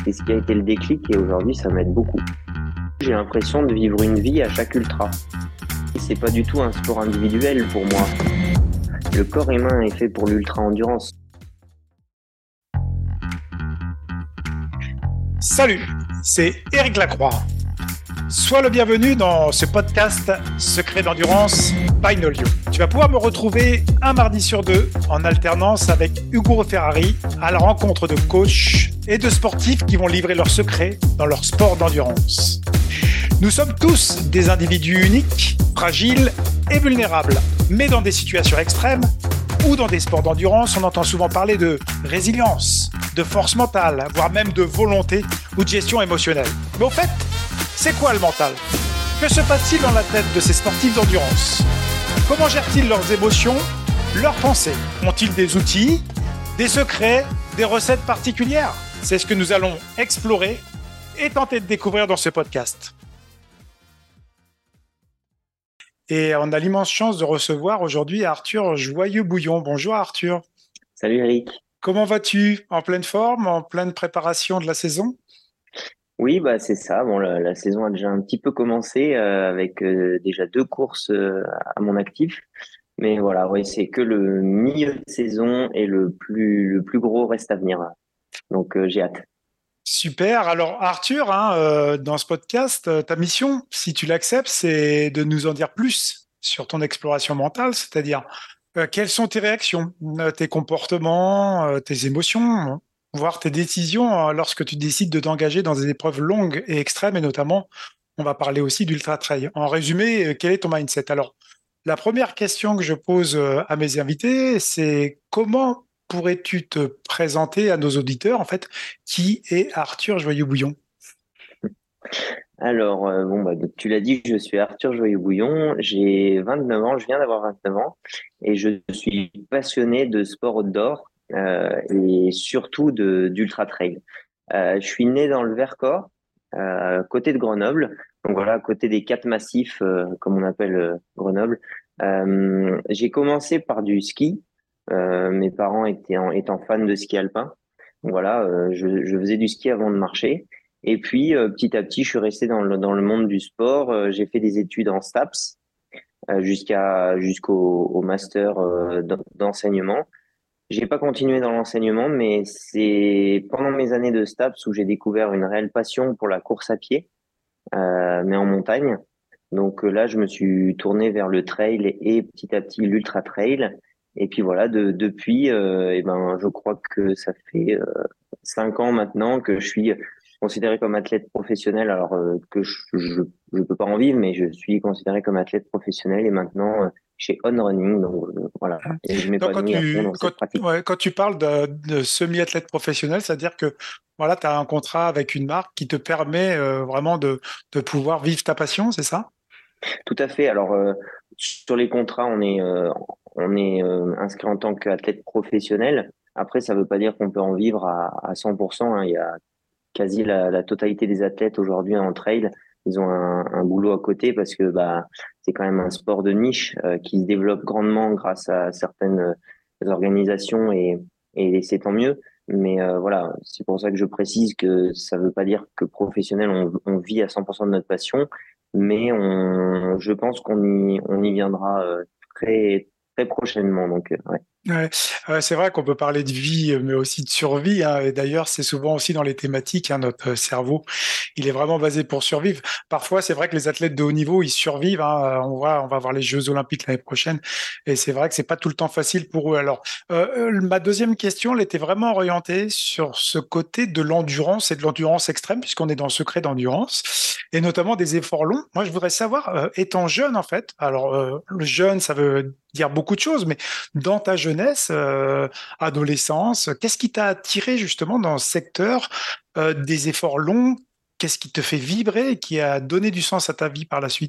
c'est ce qui a été le déclic et aujourd'hui, ça m'aide beaucoup. J'ai l'impression de vivre une vie à chaque ultra. Et c'est pas du tout un sport individuel pour moi. Le corps humain est fait pour l'ultra-endurance. Salut, c'est Éric Lacroix. Sois le bienvenu dans ce podcast Secret d'endurance by Nolio. Tu vas pouvoir me retrouver un mardi sur deux en alternance avec Ugo Ferrari à la rencontre de coachs et de sportifs qui vont livrer leurs secrets dans leur sport d'endurance. Nous sommes tous des individus uniques, fragiles et vulnérables, mais dans des situations extrêmes ou dans des sports d'endurance, on entend souvent parler de résilience, de force mentale, voire même de volonté ou de gestion émotionnelle. Mais au fait, c'est quoi le mental ? Que se passe-t-il dans la tête de ces sportifs d'endurance ? Comment gèrent-ils leurs émotions, leurs pensées ? Ont-ils des outils, des secrets, des recettes particulières ? C'est ce que nous allons explorer et tenter de découvrir dans ce podcast. Et on a l'immense chance de recevoir aujourd'hui Arthur Joyeux-Bouillon. Bonjour Arthur. Salut Eric. Comment vas-tu ? En pleine forme, en pleine préparation de la saison ? Oui, c'est ça. Bon, la saison a déjà un petit peu commencé avec déjà 2 courses à mon actif. Mais voilà, oui, c'est que le milieu de saison et le plus gros reste à venir. Donc j'ai hâte. Super. Alors Arthur, dans ce podcast, ta mission, si tu l'acceptes, c'est de nous en dire plus sur ton exploration mentale, c'est-à-dire quelles sont tes réactions, tes comportements, tes émotions, voire tes décisions lorsque tu décides de t'engager dans des épreuves longues et extrêmes, et notamment, on va parler aussi d'ultra trail. En résumé, quel est ton mindset ? Alors, la première question que je pose à mes invités, c'est comment pourrais-tu te présenter à nos auditeurs, en fait, qui est Arthur Joyeux-Bouillon ? Alors, donc, tu l'as dit, je suis Arthur Joyeux-Bouillon, j'ai 29 ans, je viens d'avoir 29 ans et je suis passionné de sport outdoor et surtout d'ultra trail. Je suis né dans le Vercors, côté de Grenoble, donc voilà, à côté des 4 massifs, comme on appelle Grenoble. J'ai commencé par du ski, mes parents étant fans de ski alpin. Donc voilà, je faisais du ski avant de marcher. Et puis, petit à petit, je suis resté dans le monde du sport. J'ai fait des études en STAPS jusqu'au master d'enseignement. J'ai pas continué dans l'enseignement, mais c'est pendant mes années de STAPS où j'ai découvert une réelle passion pour la course à pied, mais en montagne. Donc là, je me suis tourné vers le trail et petit à petit l'ultra trail. Et puis voilà, depuis, je crois que ça fait 5 ans maintenant que je suis considéré comme athlète professionnel, alors que je peux pas en vivre, mais je suis considéré comme athlète professionnel et maintenant chez On Running, donc voilà, et je Donc, m'épanouis à fond dans cette pratique. quand tu parles de semi-athlète professionnel, c'est-à-dire que voilà, tu as un contrat avec une marque qui te permet vraiment de pouvoir vivre ta passion, c'est ça ? Tout à fait. Alors sur les contrats, on est inscrit en tant qu'athlète professionnel. Après, ça veut pas dire qu'on peut en vivre à 100%, hein. Il y a quasi la totalité des athlètes aujourd'hui en trail, ils ont un boulot à côté parce que c'est quand même un sport de niche qui se développe grandement grâce à certaines organisations et c'est tant mieux. Mais voilà, c'est pour ça que je précise que ça veut pas dire que professionnel on vit à 100% de notre passion, mais je pense qu'on y viendra très très prochainement. Donc ouais. Ouais. C'est vrai qu'on peut parler de vie, mais aussi de survie, hein. Et d'ailleurs, c'est souvent aussi dans les thématiques, hein, notre cerveau, il est vraiment basé pour survivre. Parfois, c'est vrai que les athlètes de haut niveau, ils survivent, hein. On va voir les Jeux Olympiques l'année prochaine, et c'est vrai que c'est pas tout le temps facile pour eux. Alors, ma deuxième question, elle était vraiment orientée sur ce côté de l'endurance et de l'endurance extrême, puisqu'on est dans le secret d'endurance, et notamment des efforts longs. Moi, je voudrais savoir, étant jeune, en fait, alors le jeune, ça veut dire beaucoup de choses, mais dans ta jeunesse, adolescence, qu'est-ce qui t'a attiré justement dans ce secteur des efforts longs ? Qu'est-ce qui te fait vibrer et qui a donné du sens à ta vie par la suite ?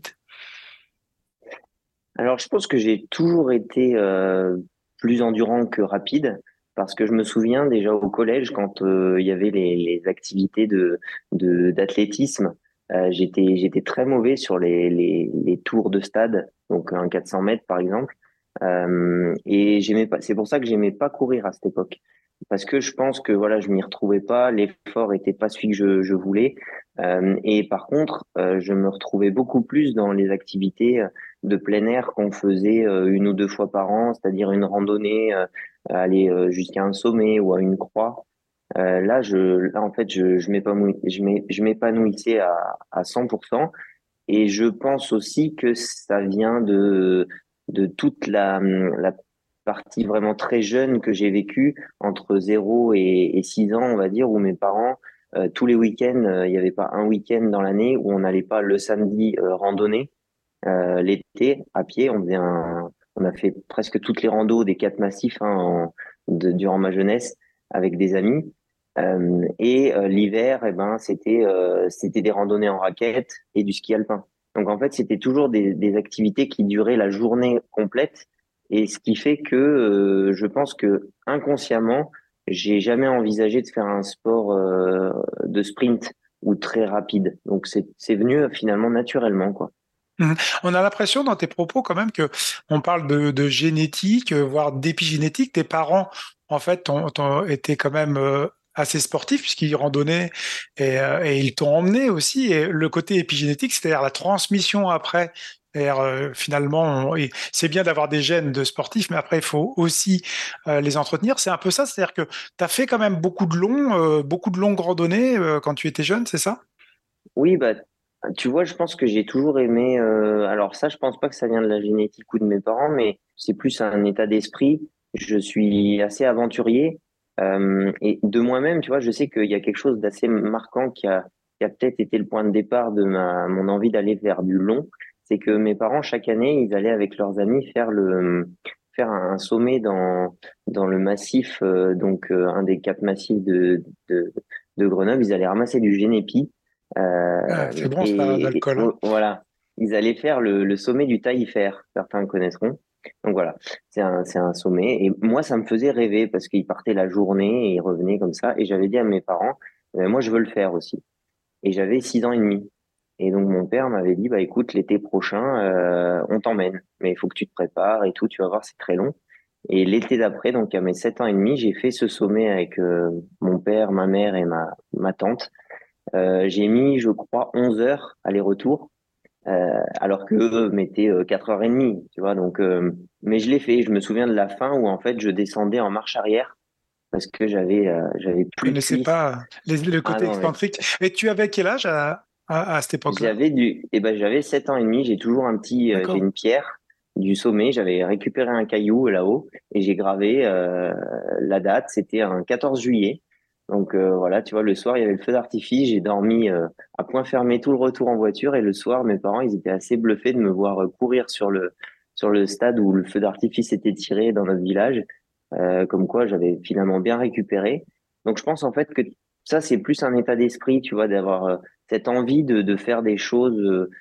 Alors, je pense que j'ai toujours été plus endurant que rapide parce que je me souviens déjà au collège quand il y avait les activités d'athlétisme, j'étais très mauvais sur les tours de stade, donc un 400 mètres par exemple, et j'aimais pas. C'est pour ça que j'aimais pas courir à cette époque. parce que je pense que voilà, je m'y retrouvais pas, l'effort était pas celui que je voulais. Et par contre, je me retrouvais beaucoup plus dans les activités de plein air qu'on faisait une ou deux fois par an, c'est-à-dire une randonnée, aller jusqu'à un sommet ou à une croix. Là, en fait, je m'épanouissais à 100%. Et je pense aussi que ça vient de toute la partie vraiment très jeune que j'ai vécue entre 0 et 6 ans, on va dire, où mes parents, tous les week-ends, il n'y avait pas un week-end dans l'année où on n'allait pas le samedi randonner. L'été, à pied, on a fait presque toutes les randos des 4 massifs durant ma jeunesse avec des amis. Et l'hiver, eh ben, c'était des randonnées en raquettes et du ski alpin. Donc en fait, c'était toujours des activités qui duraient la journée complète. Et ce qui fait que je pense que inconsciemment, j'ai jamais envisagé de faire un sport de sprint ou très rapide. Donc c'est venu finalement naturellement, quoi. Mhm. On a l'impression dans tes propos quand même que on parle de génétique, voire d'épigénétique. Tes parents, en fait, ont été quand même assez sportifs puisqu'ils randonnaient et ils t'ont emmené aussi. Et le côté épigénétique, c'est-à-dire la transmission après. C'est-à-dire, finalement, et c'est bien d'avoir des gènes de sportifs, mais après, il faut aussi les entretenir. C'est un peu ça, c'est-à-dire que tu as fait quand même beaucoup de longues randonnées quand tu étais jeune, c'est ça? Oui, bah, tu vois, je pense que j'ai toujours aimé. Alors ça, je pense pas que ça vient de la génétique ou de mes parents, mais c'est plus un état d'esprit. Je suis assez aventurier et de moi-même, tu vois, je sais qu'il y a quelque chose d'assez marquant qui a peut-être été le point de départ de mon envie d'aller vers du long. C'est que mes parents, chaque année, ils allaient avec leurs amis faire un sommet dans le massif, un des 4 massifs de Grenoble. Ils allaient ramasser du génépi. Ah, c'est bon, ça, Et l'alcool, hein. voilà, ils allaient faire le sommet du Taillefer, certains connaîtront. Donc voilà, c'est un sommet. Et moi, ça me faisait rêver parce qu'ils partaient la journée et ils revenaient comme ça. Et j'avais dit à mes parents, moi, je veux le faire aussi. Et j'avais 6 ans et demi. Et donc mon père m'avait dit, bah écoute, l'été prochain, on t'emmène, mais il faut que tu te prépares et tout. Tu vas voir, c'est très long. Et l'été d'après, donc à mes 7 ans et demi, j'ai fait ce sommet avec mon père, ma mère et ma tante. J'ai mis, je crois, 11 heures aller-retour, alors que eux mettaient 4 heures et demie, tu vois. Donc, mais je l'ai fait. Je me souviens de la fin où en fait je descendais en marche arrière parce que j'avais Je plus de connaissais cuisses. pas le Ah côté non, mais excentrique. Et tu avais quel âge à cette époque-là? j'avais 7 ans et demi. J'ai toujours j'ai D'accord. une pierre du sommet. J'avais récupéré un caillou là-haut et j'ai gravé la date. C'était un 14 juillet. Donc voilà, tu vois, le soir, il y avait le feu d'artifice. J'ai dormi à point fermé tout le retour en voiture. Et le soir, mes parents, ils étaient assez bluffés de me voir courir sur le stade où le feu d'artifice était tiré dans notre village. Comme quoi, j'avais finalement bien récupéré. Donc je pense en fait que ça, c'est plus un état d'esprit, tu vois, d'avoir cette envie de faire des choses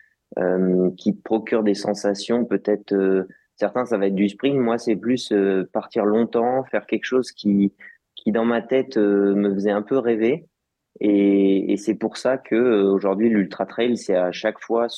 qui te procurent des sensations. Peut-être certains, ça va être du sprint. Moi, c'est plus partir longtemps, faire quelque chose qui dans ma tête me faisait un peu rêver. Et c'est pour ça que aujourd'hui, l'ultra trail, c'est à chaque fois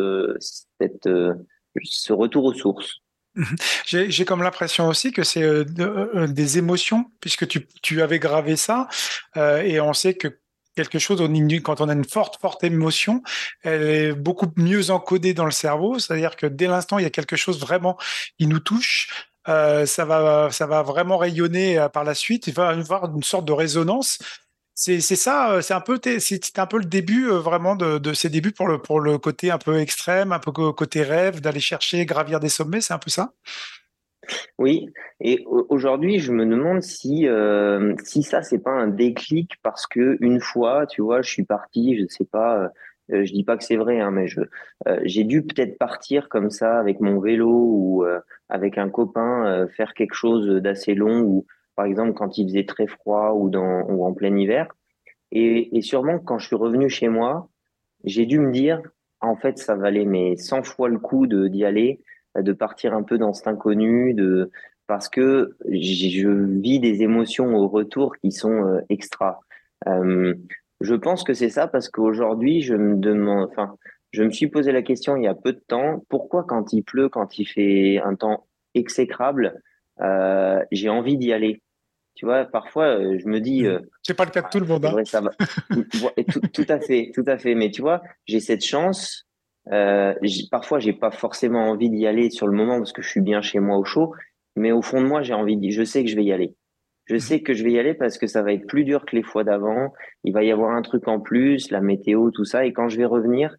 ce retour aux sources. Mhm. J'ai comme l'impression aussi que c'est des émotions, puisque tu avais gravé ça, et on sait que quelque chose, quand on a une forte émotion, elle est beaucoup mieux encodée dans le cerveau, c'est-à-dire que dès l'instant, il y a quelque chose vraiment qui nous touche, ça va vraiment rayonner par la suite, il va y avoir une sorte de résonance. C'est ça, c'est un peu, c'était un peu le début vraiment de ces débuts pour le côté un peu extrême, un peu côté rêve, d'aller chercher, gravir des sommets, c'est un peu ça? Oui, et aujourd'hui, je me demande si ça, c'est pas un déclic parce que une fois, tu vois, je suis parti, je sais pas, je dis pas que c'est vrai, hein, mais j'ai dû peut-être partir comme ça avec mon vélo ou avec un copain faire quelque chose d'assez long ou par exemple quand il faisait très froid ou en plein hiver. Et sûrement que quand je suis revenu chez moi, j'ai dû me dire, en fait, ça valait mais 100 fois le coup d'y aller, de partir un peu dans cet inconnu, parce que je vis des émotions au retour qui sont extra. Euh, je pense que c'est ça parce qu'aujourd'hui, je me suis posé la question il y a peu de temps, pourquoi quand il pleut, quand il fait un temps exécrable, j'ai envie d'y aller? Tu vois, parfois, je me dis, C'est pas le cas de tout le monde, c'est hein. vrai, ça va. Et tout à fait, tout à fait. Mais tu vois, j'ai cette chance. Parfois, j'ai pas forcément envie d'y aller sur le moment parce que je suis bien chez moi au chaud. Mais au fond de moi, j'ai envie je sais que je vais y aller. Je Mhm. sais que je vais y aller parce que ça va être plus dur que les fois d'avant. Il va y avoir un truc en plus, la météo, tout ça. Et quand je vais revenir,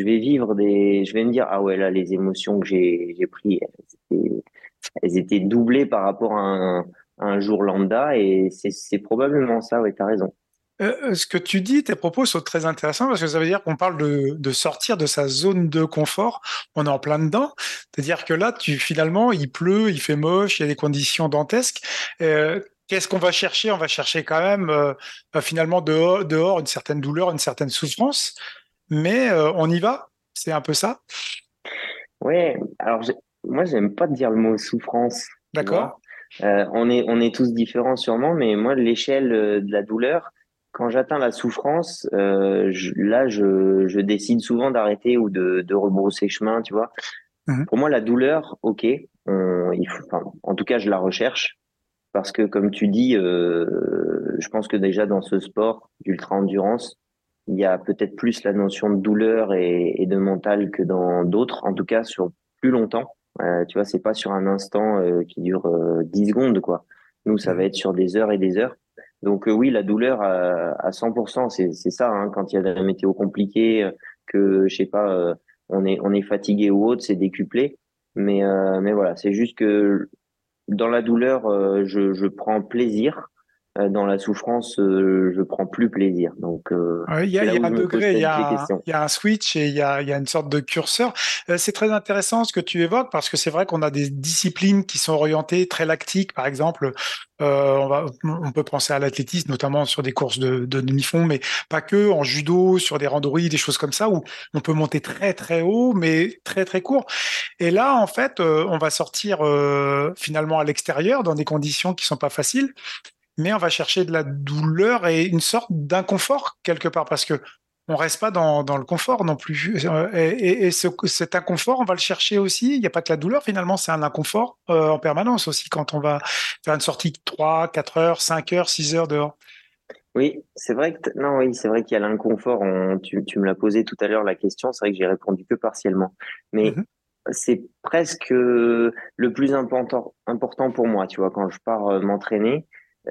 je vais me dire, ah ouais, là, les émotions que j'ai pris, elles étaient doublées par rapport à un jour lambda. Et c'est probablement ça, ouais, t'as raison. Ce que tu dis, tes propos sont très intéressants parce que ça veut dire qu'on parle de sortir de sa zone de confort. On est en plein dedans. C'est-à-dire que là, finalement, il pleut, il fait moche, il y a des conditions dantesques. Qu'est-ce qu'on va chercher? On va chercher quand même, finalement, dehors, une certaine douleur, une certaine souffrance. Mais on y va. C'est un peu ça. Ouais, alors moi j'aime pas dire le mot souffrance, tu D'accord? vois. On est tous différents sûrement, mais moi l'échelle de la douleur, quand j'atteins la souffrance, je décide souvent d'arrêter ou de rebrousser chemin, tu vois. Mhm. Pour moi la douleur, ok, enfin, en tout cas je la recherche parce que comme tu dis, je pense que déjà dans ce sport d'ultra endurance, il y a peut-être plus la notion de douleur et de mental que dans d'autres, en tout cas sur plus longtemps. Tu vois, c'est pas sur un instant qui dure 10 secondes, quoi. Nous, ça va Mhm. être sur des heures et des heures. Donc oui, la douleur à 100%, c'est ça, hein, quand il y a de la météo compliquée, que je sais pas, on est fatigué ou autre, c'est décuplé. Mais voilà, c'est juste que dans la douleur, je prends plaisir. Dans la souffrance, je prends plus plaisir. Donc, Ouais, c'est il là y a où un je me pose degré, peut-être des questions. il y a un switch et il y a une sorte de curseur. C'est très intéressant ce que tu évoques parce que c'est vrai qu'on a des disciplines qui sont orientées très lactiques, par exemple. On peut penser à l'athlétisme, notamment sur des courses de demi-fond, mais pas que, en judo, sur des randonnées, des choses comme ça, où on peut monter très très haut, mais très très court. Et là, en fait, on va sortir finalement à l'extérieur dans des conditions qui sont pas faciles, mais on va chercher de la douleur et une sorte d'inconfort quelque part parce que on reste pas dans le confort non plus. Cet inconfort, on va le chercher aussi. Il n'y a pas que la douleur, finalement, c'est un inconfort en permanence aussi quand on va faire une sortie de 3, 4 heures, 5 heures, 6 heures dehors. Oui, c'est vrai que non, oui, c'est vrai qu'il y a l'inconfort. Tu me l'as posé tout à l'heure la question. C'est vrai que j'ai répondu que partiellement, mais Mhm, c'est presque le plus important pour moi. Tu vois, quand je pars m'entraîner,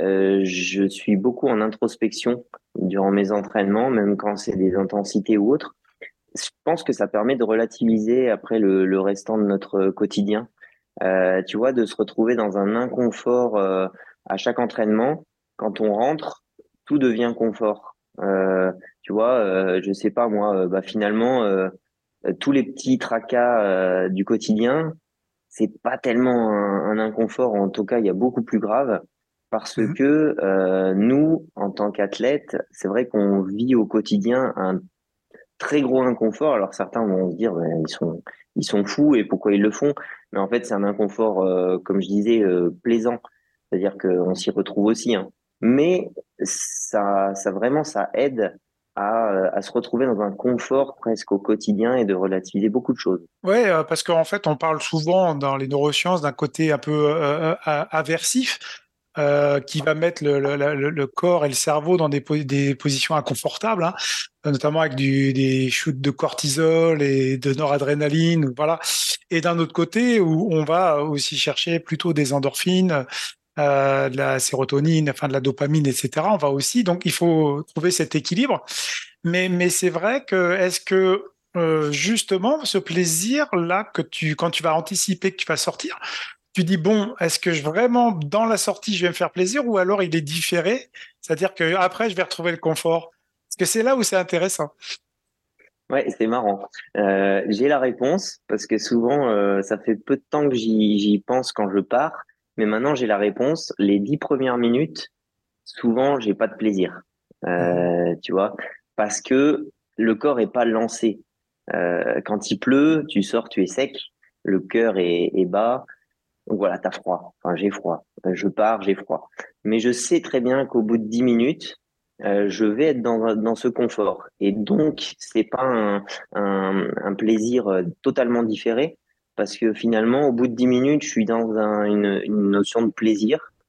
je suis beaucoup en introspection durant mes entraînements, même quand c'est des intensités ou autres. Je pense que ça permet de relativiser après le restant de notre quotidien. Tu vois, de se retrouver dans un inconfort à chaque entraînement. Quand on rentre, tout devient confort. Tu vois, je sais pas moi, bah finalement, tous les petits tracas du quotidien, c'est pas tellement un inconfort. En tout cas, il y a beaucoup plus grave parce mhm. que nous, en tant qu'athlètes, c'est vrai qu'on vit au quotidien un très gros inconfort. Alors certains vont se dire, ben, ils sont fous et pourquoi ils le font? Mais en fait, c'est un inconfort, comme je disais, plaisant. C'est-à-dire qu'on s'y retrouve aussi, hein. Mais ça vraiment, ça aide à se retrouver dans un confort presque au quotidien et de relativiser beaucoup de choses. Ouais, parce qu'en fait, on parle souvent dans les neurosciences d'un côté un peu aversif qui va mettre le corps et le cerveau dans des positions inconfortables, hein, notamment avec des shoots de cortisol et de noradrénaline, voilà. Et d'un autre côté, où on va aussi chercher plutôt des endorphines, de la sérotonine, enfin de la dopamine, etc. On va aussi, donc il faut trouver cet équilibre. Mais c'est vrai que est-ce que justement ce plaisir-là quand tu vas anticiper que tu vas sortir, tu dis bon, est-ce que vraiment dans la sortie je vais me faire plaisir ou alors il est différé, c'est-à-dire que après je vais retrouver le confort. Parce que c'est là où c'est intéressant. Ouais, c'est marrant. J'ai la réponse parce que souvent, ça fait peu de temps que j'y pense quand je pars, mais maintenant j'ai la réponse. Les 10 premières minutes, souvent, j'ai pas de plaisir. Mhm. Tu vois, parce que le corps est pas lancé. Quand il pleut, tu sors, tu es sec, le cœur est bas. Donc voilà, t'as froid. Enfin, j'ai froid. Je pars, j'ai froid. Mais je sais très bien qu'au bout de 10 minutes, je vais être dans ce confort. Et donc, c'est pas un plaisir totalement différé, parce que finalement, au bout de 10 minutes, je suis dans une notion de plaisir.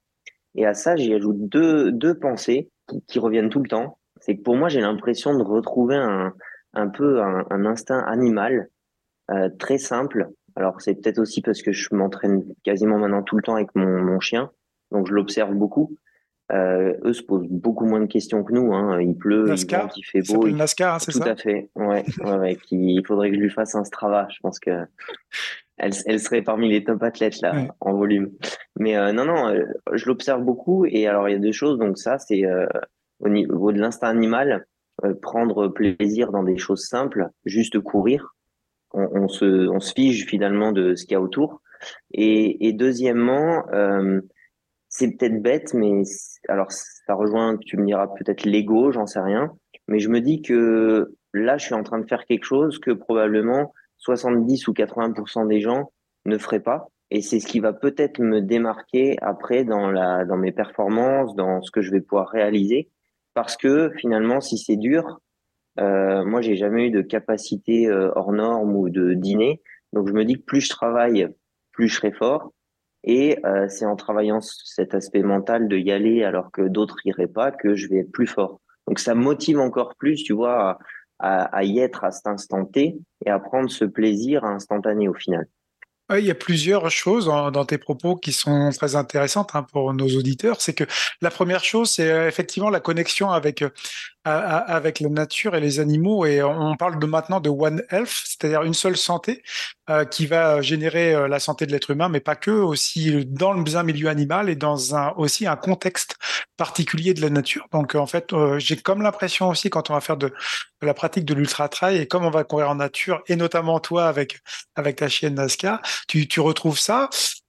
Et à ça, j'y ajoute deux pensées qui reviennent tout le temps. C'est que pour moi, j'ai l'impression de retrouver un peu un instinct animal très simple. Alors, c'est peut-être aussi parce que je m'entraîne quasiment maintenant tout le temps avec mon chien, donc je l'observe beaucoup. Eux se posent beaucoup moins de questions que nous, hein. Il pleut, il NASCAR, vente, il fait il beau. s'appelle NASCAR, hein, c'est Tout ça? à fait. Ouais, ouais, ouais. Il faudrait que je lui fasse un Strava. Je pense que elle serait parmi les top athlètes là Ouais. en volume. Mais non, non, je l'observe beaucoup. Et alors, il y a deux choses. Donc ça, c'est au niveau de l'instinct animal, prendre plaisir dans des choses simples, juste courir. On se fige finalement de ce qu'il y a autour. Et deuxièmement, c'est peut-être bête, mais alors ça rejoint, tu me diras peut-être l'ego, j'en sais rien. Mais je me dis que là, je suis en train de faire quelque chose que probablement 70 ou 80% des gens ne feraient pas. Et c'est ce qui va peut-être me démarquer après dans mes performances, dans ce que je vais pouvoir réaliser. Parce que finalement, si c'est dur, moi, j'ai jamais eu de capacité hors norme ou de dîner. Donc, je me dis que plus je travaille, plus je serai fort. Et c'est en travaillant cet aspect mental de y aller alors que d'autres iraient pas que je vais être plus fort. Donc, ça me motive encore plus, tu vois, à y être à cet instant T et à prendre ce plaisir instantané au final. Ouais, il y a plusieurs choses dans tes propos qui sont très intéressantes, hein, pour nos auditeurs. C'est que la première chose, c'est effectivement la connexion avec la nature et les animaux. Et on parle de maintenant de One Health, c'est-à-dire une seule santé qui va générer la santé de l'être humain, mais pas que, aussi dans un milieu animal et dans aussi un contexte particulier de la nature. Donc en fait, j'ai comme l'impression aussi quand on va faire de la pratique de l'ultra-trail et comme on va courir en nature, et notamment toi avec ta chienne Nazca, tu retrouves ça.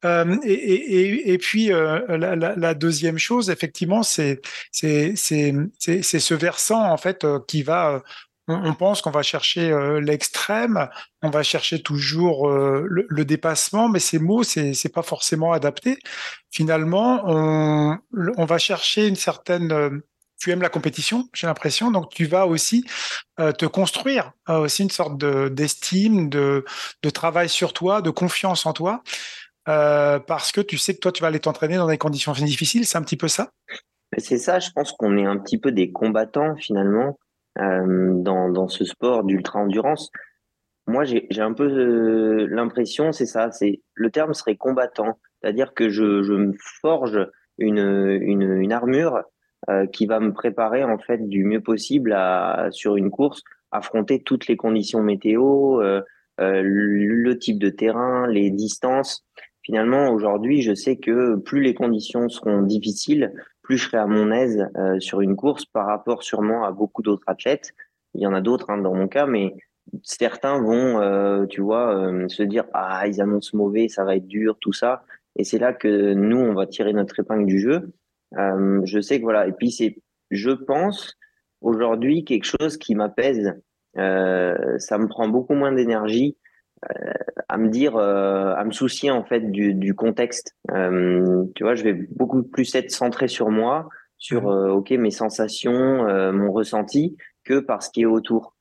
Et puis la deuxième chose, effectivement, c'est ce versant en fait qui va. On pense qu'on va chercher l'extrême, on va chercher toujours le dépassement, mais ces mots, c'est pas forcément adapté. Finalement, on va chercher une certaine. Tu aimes la compétition, j'ai l'impression, donc tu vas aussi te construire aussi une sorte d'estime, de travail sur toi, de confiance en toi, parce que tu sais que toi, tu vas aller t'entraîner dans des conditions difficiles, c'est un petit peu ça? Mais c'est ça, je pense qu'on est un petit peu des combattants finalement dans ce sport d'ultra-endurance. Moi, j'ai un peu l'impression, c'est ça, c'est le terme serait combattant, c'est-à-dire que je me forge une armure qui va me préparer en fait du mieux possible sur une course, affronter toutes les conditions météo, le type de terrain, les distances. Finalement, aujourd'hui, je sais que plus les conditions seront difficiles, plus je serai à mon aise sur une course par rapport sûrement à beaucoup d'autres athlètes. Il y en a d'autres hein, dans mon cas, mais certains vont, tu vois, se dire, ah, ils annoncent mauvais, ça va être dur, tout ça. Et c'est là que nous, on va tirer notre épingle du jeu. Je sais que voilà. Et puis je pense, aujourd'hui, quelque chose qui m'apaise. Ça me prend beaucoup moins d'énergie à me dire, à me soucier en fait du contexte. Tu vois, je vais beaucoup plus être centré sur moi, sur Mhm. ok mes sensations, mon ressenti, que par ce qui est autour.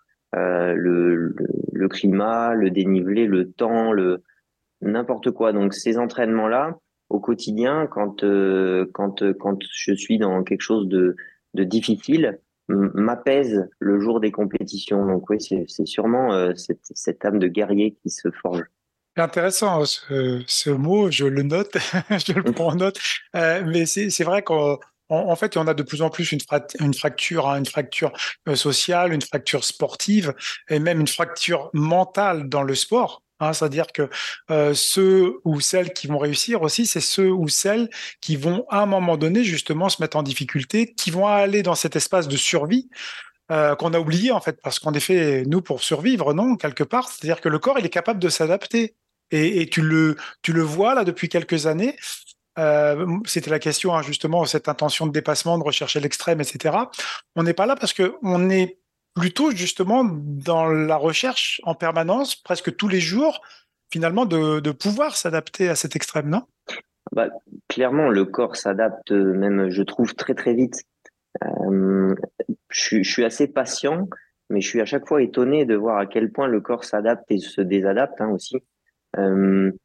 Le climat, le dénivelé, le temps, le n'importe quoi. Donc ces entraînements-là au quotidien, quand je suis dans quelque chose de difficile, m'apaise le jour des compétitions. Donc oui, c'est sûrement cette âme de guerrier qui se forge. C'est intéressant ce mot, je le note, je le prends en note. Mais c'est vrai qu'en fait, il y en a de plus en plus une fracture, hein, une fracture sociale, une fracture sportive, et même une fracture mentale dans le sport. Hein, c'est-à-dire que ceux ou celles qui vont réussir aussi, c'est ceux ou celles qui vont à un moment donné justement se mettre en difficulté, qui vont aller dans cet espace de survie qu'on a oublié en fait, parce qu'en effet, nous, pour survivre, non, quelque part, c'est-à-dire que le corps, il est capable de s'adapter. Et tu le vois là depuis quelques années. C'était la question, hein, justement, cette intention de dépassement, de rechercher l'extrême, etc. On n'est pas là parce que on est plutôt justement dans la recherche en permanence, presque tous les jours, finalement, de pouvoir s'adapter à cet extrême, non? Bah, clairement, le corps s'adapte même, je trouve, très très vite. Euh, je suis assez patient, mais je suis à chaque fois étonné de voir à quel point le corps s'adapte et se désadapte hein, aussi. Euh,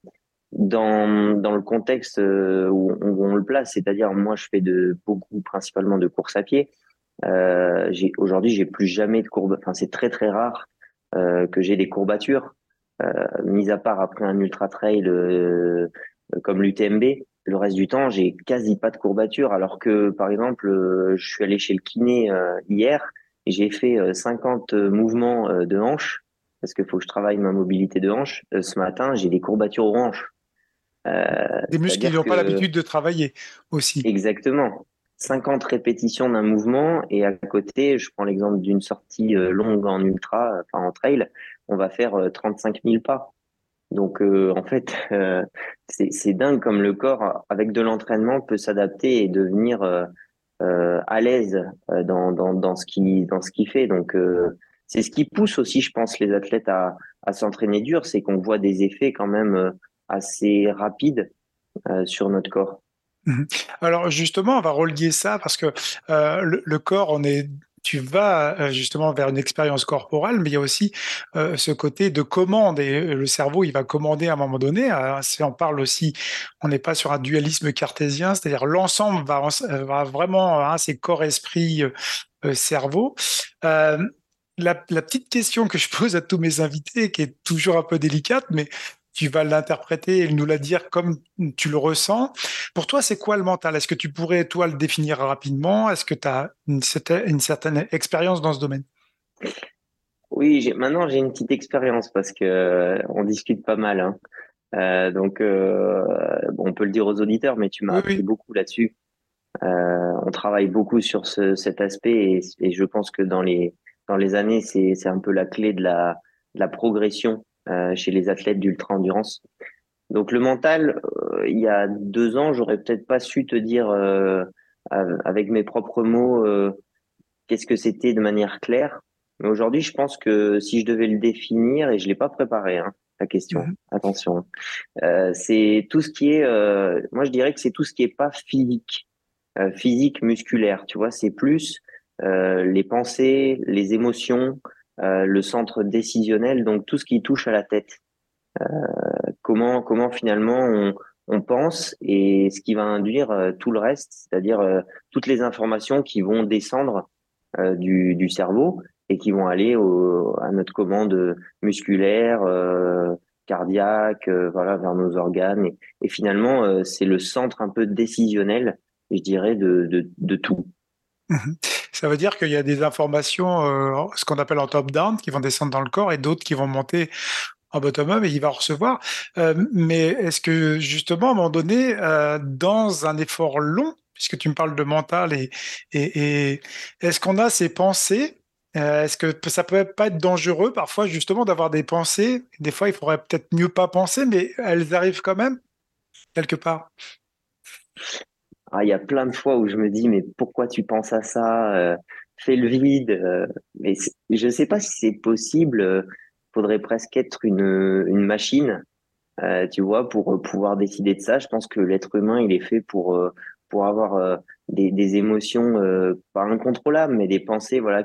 dans le contexte où on le place, c'est-à-dire moi je fais principalement de course à pied. Aujourd'hui j'ai plus jamais de courbe, enfin c'est très très rare que j'ai des courbatures, mis à part après un ultra trail comme l'UTMB. Le reste du temps j'ai quasi pas de courbatures, alors que par exemple je suis allé chez le kiné hier et j'ai fait 50 mouvements de hanches parce qu'il faut que je travaille ma mobilité de hanche. Ce matin j'ai des courbatures aux hanches. Des muscles qui C'est-à-dire n'ont pas que l'habitude de travailler aussi. exactement 50 répétitions d'un mouvement et à côté, je prends l'exemple d'une sortie longue en ultra, enfin en trail, on va faire 35 000 pas. Donc en fait, c'est dingue comme le corps, avec de l'entraînement, peut s'adapter et devenir à l'aise dans ce qu'il fait. Donc c'est ce qui pousse aussi, je pense, les athlètes à s'entraîner dur, c'est qu'on voit des effets quand même assez rapides sur notre corps. Mhm. Alors justement, on va relier ça parce que le corps, tu vas justement vers une expérience corporelle, mais il y a aussi ce côté de commande et le cerveau, il va commander à un moment donné. Si on parle aussi, on n'est pas sur un dualisme cartésien, c'est-à-dire l'ensemble va vraiment, hein, c'est corps, esprit, cerveau. Euh, la petite question que je pose à tous mes invités, qui est toujours un peu délicate, mais tu vas l'interpréter et nous la dire comme tu le ressens. Pour toi, c'est quoi le mental? Est-ce que tu pourrais, toi, le définir rapidement? Est-ce que tu as une certaine expérience dans ce domaine? Oui, maintenant j'ai une petite expérience parce que on discute pas mal, hein. Donc bon, on peut le dire aux auditeurs, mais tu m'as Oui, appris oui. beaucoup là-dessus. On travaille beaucoup sur cet aspect et je pense que dans les années, c'est un peu la clé de la progression chez les athlètes d'ultra-endurance. Donc le mental, il y a 2 ans, j'aurais peut-être pas su te dire avec mes propres mots qu'est-ce que c'était de manière claire. Mais aujourd'hui, je pense que si je devais le définir, et je l'ai pas préparé, hein, ta question, Mhm, attention, c'est tout ce qui est, moi je dirais que c'est tout ce qui est pas physique, physique musculaire, tu vois, c'est plus les pensées, les émotions, le centre décisionnel, donc tout ce qui touche à la tête. Comment finalement on pense et ce qui va induire tout le reste, c'est-à-dire toutes les informations qui vont descendre du cerveau et qui vont aller à notre commande musculaire, cardiaque, voilà, vers nos organes. Et finalement, c'est le centre un peu décisionnel, je dirais, de tout. mhm. Ça veut dire qu'il y a des informations, ce qu'on appelle en top-down, qui vont descendre dans le corps et d'autres qui vont monter en bottom-up et il va recevoir. Mais est-ce que justement, à un moment donné, dans un effort long, puisque tu me parles de mental et est-ce qu'on a ces pensées? Est-ce que ça peut pas être dangereux parfois justement d'avoir des pensées? Des fois, il faudrait peut-être mieux pas penser, mais elles arrivent quand même quelque part. Ah, il y a plein de fois où je me dis, mais pourquoi tu penses à ça? Fais le vide. Mais je sais pas si c'est possible. Faudrait presque être une machine, tu vois, pour pouvoir décider de ça. Je pense que l'être humain, il est fait pour avoir des émotions pas incontrôlables, mais des pensées, voilà,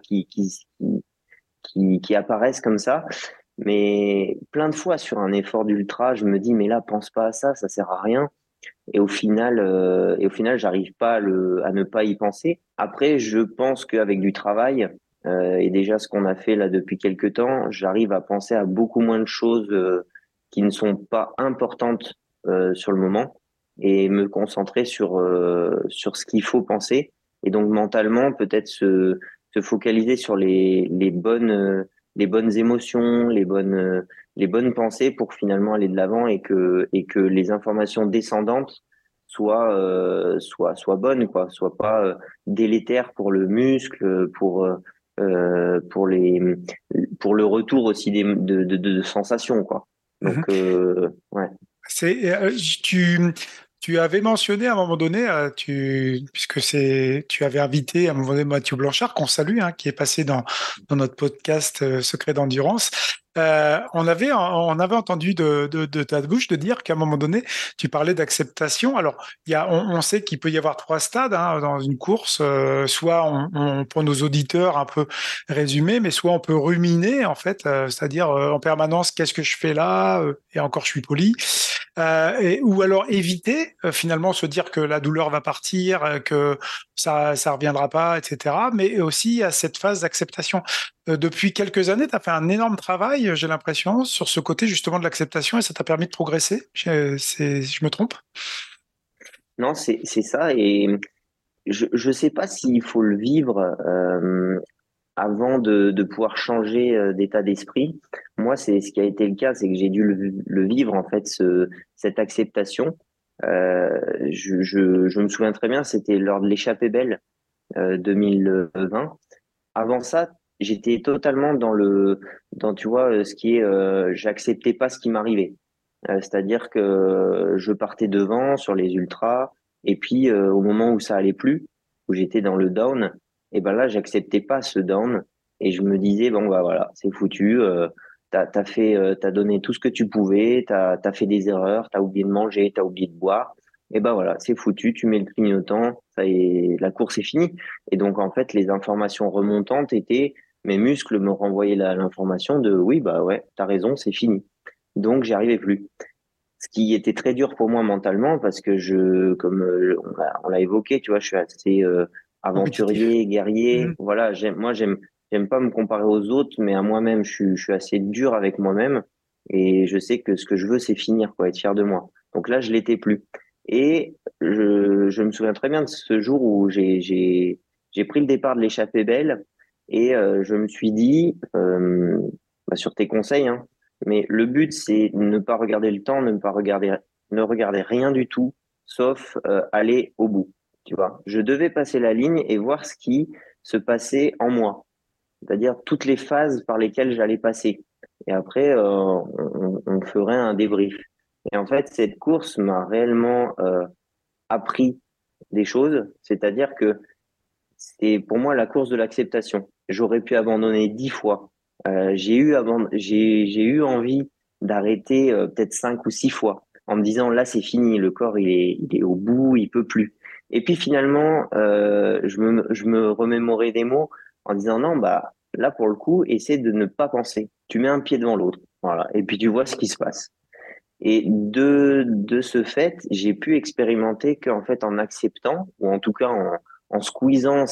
qui apparaissent comme ça. Mais plein de fois sur un effort d'ultra, je me dis, mais là, pense pas à ça, ça sert à rien. Et au final, j'arrive pas à ne pas y penser. Après, je pense qu'avec du travail et déjà ce qu'on a fait là depuis quelques temps, j'arrive à penser à beaucoup moins de choses qui ne sont pas importantes sur le moment et me concentrer sur ce qu'il faut penser. Et donc mentalement, peut-être se focaliser sur les bonnes émotions, les bonnes pensées pour finalement aller de l'avant et que les informations descendantes soient bonnes, quoi, soient pas délétères pour le muscle, pour pour le retour aussi de sensations, quoi. Mhm. Donc, ouais. C'est, tu avais mentionné à un moment donné, puisque tu avais invité à un moment donné Mathieu Blanchard, qu'on salue, hein, qui est passé dans notre podcast Secret d'endurance. On avait entendu de ta bouche de dire qu'à un moment donné, tu parlais d'acceptation. Alors, on sait qu'il peut y avoir trois stades hein, dans une course. Soit pour nos auditeurs un peu résumé, mais soit on peut ruminer en fait, c'est-à-dire en permanence, qu'est-ce que je fais là? Et encore, je suis poli. ou alors éviter finalement se dire que la douleur va partir, que ça reviendra pas, etc. Mais aussi à cette phase d'acceptation. Depuis quelques années, tu as fait un énorme travail, j'ai l'impression, sur ce côté justement de l'acceptation et ça t'a permis de progresser. Je me trompe? Non, c'est ça. Et je sais pas s'il faut le vivre avant de pouvoir changer d'état d'esprit. Moi, c'est ce qui a été le cas, c'est que j'ai dû le vivre en fait, cette acceptation. Je me souviens très bien, c'était lors de l'échappée belle 2020. Avant ça, j'étais totalement dans tu vois, ce qui est, j'acceptais pas ce qui m'arrivait. C'est-à-dire que je partais devant sur les ultras, et puis au moment où ça allait plus, où j'étais dans le down, et ben là, j'acceptais pas ce down, et je me disais bon bah voilà, c'est foutu. T'as donné tout ce que tu pouvais, t'as fait des erreurs, t'as oublié de manger, t'as oublié de boire, et ben voilà, c'est foutu. Tu mets le clignotant, ça y est, la course est finie. Et donc en fait, les informations remontantes étaient, mes muscles me renvoyaient l'information de oui bah ouais, t'as raison, c'est fini. Donc, j'y arrivais plus. Ce qui était très dur pour moi mentalement parce que comme on l'a évoqué, tu vois, je suis assez Compétitif. aventurier, Mhm. guerrier. Voilà, j'aime pas me comparer aux autres, mais à moi-même, je suis assez dur avec moi-même et je sais que ce que je veux, c'est finir, quoi, être fier de moi. Donc là, je l'étais plus. Et je me souviens très bien de ce jour où j'ai pris le départ de l'échappée belle et je me suis dit, bah, sur tes conseils, hein, mais le but, c'est ne pas regarder le temps, ne regarder rien du tout, sauf aller au bout. Tu vois, je devais passer la ligne et voir ce qui se passait en moi, c'est-à-dire toutes les phases par lesquelles j'allais passer. Et après, on ferait un débrief. Et en fait, cette course m'a réellement appris des choses, c'est-à-dire que c'est pour moi la course de l'acceptation. J'aurais pu abandonner 10 fois. J'ai eu envie d'arrêter peut-être 5 ou 6 fois en me disant là c'est fini, le corps il est au bout, il peut plus. Et puis finalement, je me remémorais des mots en disant non bah là pour le coup, essaie de ne pas penser. Tu mets un pied devant l'autre, voilà. Et puis tu vois ce qui se passe. Et de ce fait, j'ai pu expérimenter qu'en fait, en acceptant, ou en tout cas en squeezant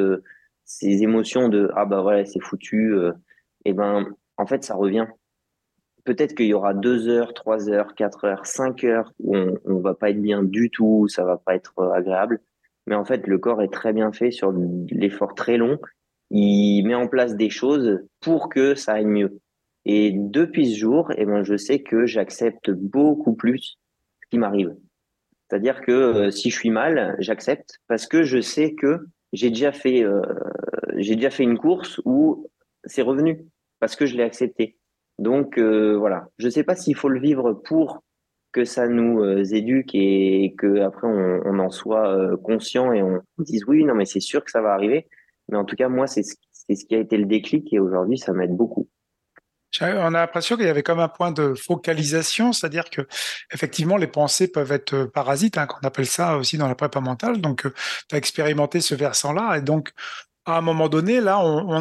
ces émotions de ah bah voilà, c'est foutu, et ben, en fait, ça revient. Peut-être qu'il y aura 2 heures, 3 heures, 4 heures, 5 heures où on va pas être bien du tout, ça va pas être agréable. Mais en fait, le corps est très bien fait sur l'effort très long. Il met en place des choses pour que ça aille mieux. Et depuis ce jour, eh ben, je sais que j'accepte beaucoup plus ce qui m'arrive. C'est-à-dire que si je suis mal, j'accepte parce que je sais que j'ai déjà fait, euh, j'ai déjà fait une course où c'est revenu parce que je l'ai accepté. Donc voilà, je ne sais pas s'il faut le vivre pour que ça nous éduque et que après on en soit conscient et on dise oui, non mais c'est sûr que ça va arriver. Mais en tout cas, moi, c'est ce qui a été le déclic et aujourd'hui, ça m'aide beaucoup. On a l'impression qu'il y avait comme un point de focalisation, c'est-à-dire que effectivement les pensées peuvent être parasites, hein, qu'on appelle ça aussi dans la prépa mentale. Donc, tu as expérimenté ce versant-là, et donc à un moment donné, là,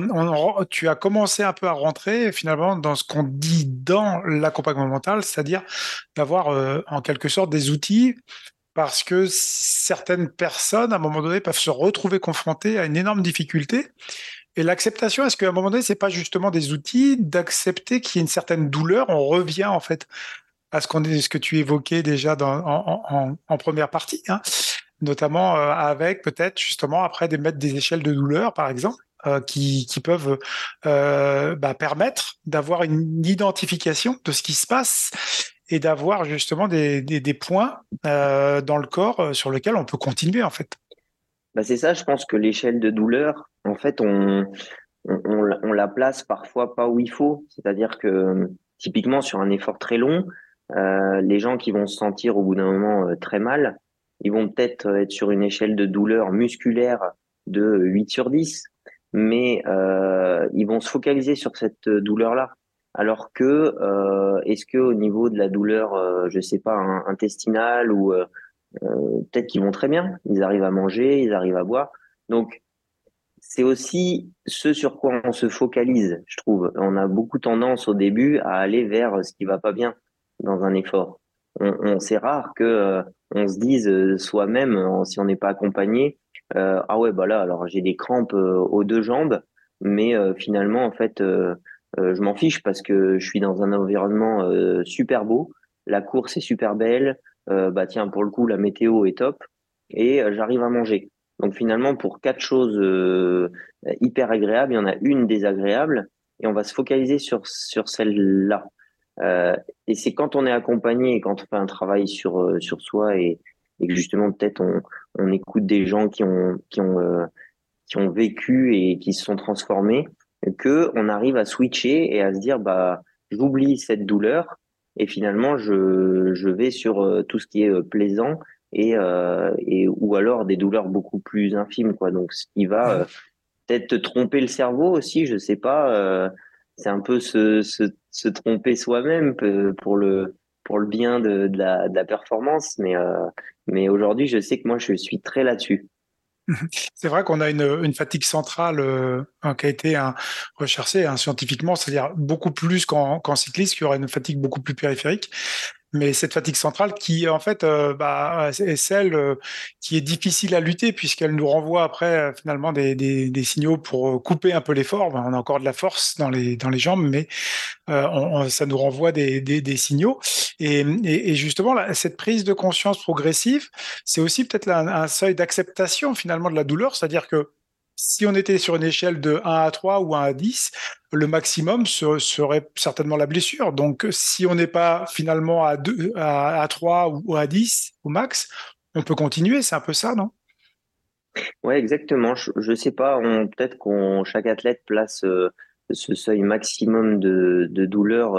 tu as commencé un peu à rentrer finalement dans ce qu'on dit dans l'accompagnement mental, c'est-à-dire d'avoir en quelque sorte des outils, parce que certaines personnes, à un moment donné, peuvent se retrouver confrontées à une énorme difficulté. Et l'acceptation, est-ce qu'à un moment donné, c'est pas justement des outils d'accepter qu'il y ait une certaine douleur? On revient en fait à ce que tu évoquais déjà en première partie, hein, notamment avec peut-être justement après mettre des échelles de douleur, par exemple, qui peuvent permettre d'avoir une identification de ce qui se passe et d'avoir justement des points dans le corps sur lesquels on peut continuer en fait. Bah, c'est ça, je pense que l'échelle de douleur, en fait, on la place parfois pas où il faut. C'est-à-dire que typiquement sur un effort très long, les gens qui vont se sentir au bout d'un moment très mal, ils vont peut-être être sur une échelle de douleur musculaire de 8 sur 10, mais ils vont se focaliser sur cette douleur-là. Alors que est-ce que au niveau de la douleur, je sais pas, intestinale ou peut-être qu'ils vont très bien, ils arrivent à manger, ils arrivent à boire. Donc c'est aussi ce sur quoi on se focalise, je trouve. On a beaucoup tendance au début à aller vers ce qui va pas bien dans un effort. c'est rare que on se dise soi-même, si on n'est pas accompagné, ah ouais, bah là, alors j'ai des crampes aux deux jambes, mais finalement, en fait, je m'en fiche parce que je suis dans un environnement super beau, la course est super belle, bah tiens, pour le coup, la météo est top, et j'arrive à manger. Donc finalement, pour quatre choses hyper agréables, il y en a une désagréable, et on va se focaliser sur celle-là. Euh, et c'est quand on est accompagné et quand on fait un travail sur soi et que justement peut-être on écoute des gens qui ont vécu et qui se sont transformés que on arrive à switcher et à se dire bah j'oublie cette douleur et finalement je vais sur tout ce qui est plaisant et ou alors des douleurs beaucoup plus infimes quoi. Donc ce qui va peut-être tromper le cerveau aussi, je sais pas. C'est un peu se tromper soi-même pour le bien de la performance. Mais aujourd'hui, je sais que moi, je suis très là-dessus. C'est vrai qu'on a une fatigue centrale qui a été recherchée scientifiquement, c'est-à-dire beaucoup plus qu'en cycliste, qui aurait une fatigue beaucoup plus périphérique. Mais cette fatigue centrale qui, en fait, est celle qui est difficile à lutter puisqu'elle nous renvoie après, finalement, des signaux pour couper un peu l'effort. Ben, on a encore de la force dans les jambes, mais ça nous renvoie des signaux. Et justement, là, cette prise de conscience progressive, c'est aussi peut-être un seuil d'acceptation finalement de la douleur, c'est-à-dire que si on était sur une échelle de 1 à 3 ou 1 à 10, le maximum serait certainement la blessure. Donc, si on n'est pas finalement à 2, à 3 ou à 10 au max, on peut continuer. C'est un peu ça, non? Ouais, exactement. Je sais pas. Peut-être qu'on chaque athlète place ce seuil maximum de douleur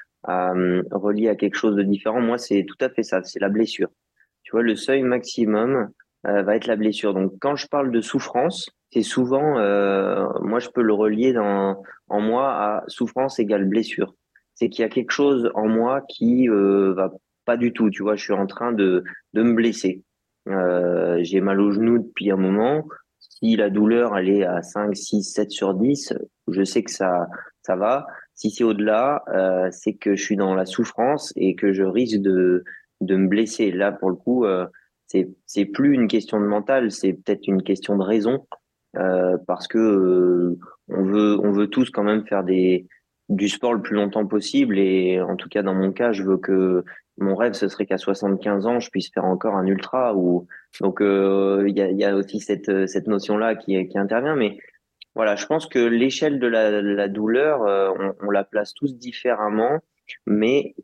relié à quelque chose de différent. Moi, c'est tout à fait ça. C'est la blessure. Tu vois, le seuil maximum va être la blessure. Donc, quand je parle de souffrance, c'est souvent, moi, je peux le relier en moi à souffrance égale blessure. C'est qu'il y a quelque chose en moi qui va pas du tout. Tu vois, je suis en train de me blesser. J'ai mal au genou depuis un moment. Si la douleur, elle est à 5, 6, 7 sur 10, je sais que ça va. Si c'est au-delà, c'est que je suis dans la souffrance et que je risque de me blesser. Là, pour le coup, c'est plus une question de mental, c'est peut-être une question de raison, parce que on veut tous quand même faire du sport le plus longtemps possible. Et en tout cas, dans mon cas, je veux que mon rêve, ce serait qu'à 75 ans, je puisse faire encore un ultra. Donc, il y a aussi cette notion-là qui intervient. Mais voilà, je pense que l'échelle de la douleur, on la place tous différemment, mais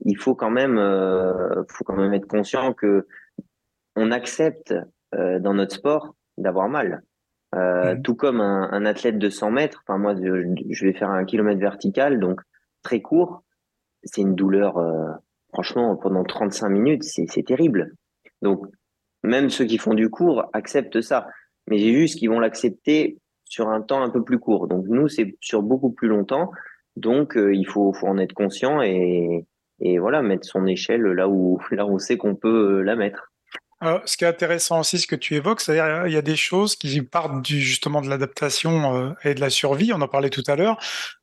faut quand même être conscient que on accepte dans notre sport d'avoir mal. Mhm. Tout comme un athlète de 100 mètres, enfin moi, je vais faire un kilomètre vertical, donc très court, c'est une douleur, franchement, pendant 35 minutes, c'est terrible. Donc, même ceux qui font du court acceptent ça. Mais j'ai juste qu'ils vont l'accepter sur un temps un peu plus court. Donc, nous, c'est sur beaucoup plus longtemps. Donc, faut en être conscient et voilà, mettre son échelle là où on sait qu'on peut la mettre. Ce qui est intéressant aussi, ce que tu évoques, c'est-à-dire il y a des choses qui partent justement de l'adaptation et de la survie. On en parlait tout à l'heure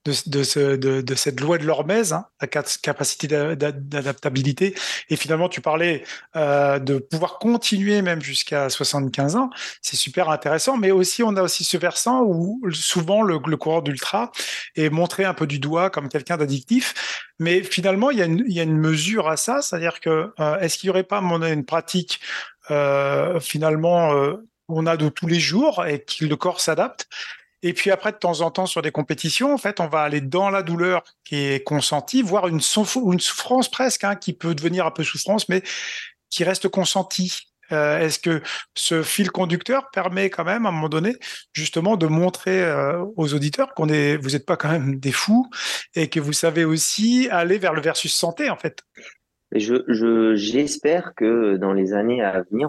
de cette loi de l'hormèse, hein, la capacité d'adaptabilité. Et finalement, tu parlais de pouvoir continuer même jusqu'à 75 ans. C'est super intéressant. Mais aussi, on a aussi ce versant où souvent le coureur d'ultra est montré un peu du doigt comme quelqu'un d'addictif. Mais finalement, il y a une mesure à ça, c'est-à-dire que est-ce qu'il n'y aurait pas une pratique finalement on a de tous les jours et que le corps s'adapte. Et puis après, de temps en temps, sur des compétitions, en fait, on va aller dans la douleur qui est consentie, voire une souffrance presque, hein, qui peut devenir un peu souffrance, mais qui reste consentie. Est-ce que ce fil conducteur permet quand même, à un moment donné, justement, de montrer aux auditeurs vous n'êtes pas quand même des fous et que vous savez aussi aller vers le versus santé, en fait. J'espère que dans les années à venir,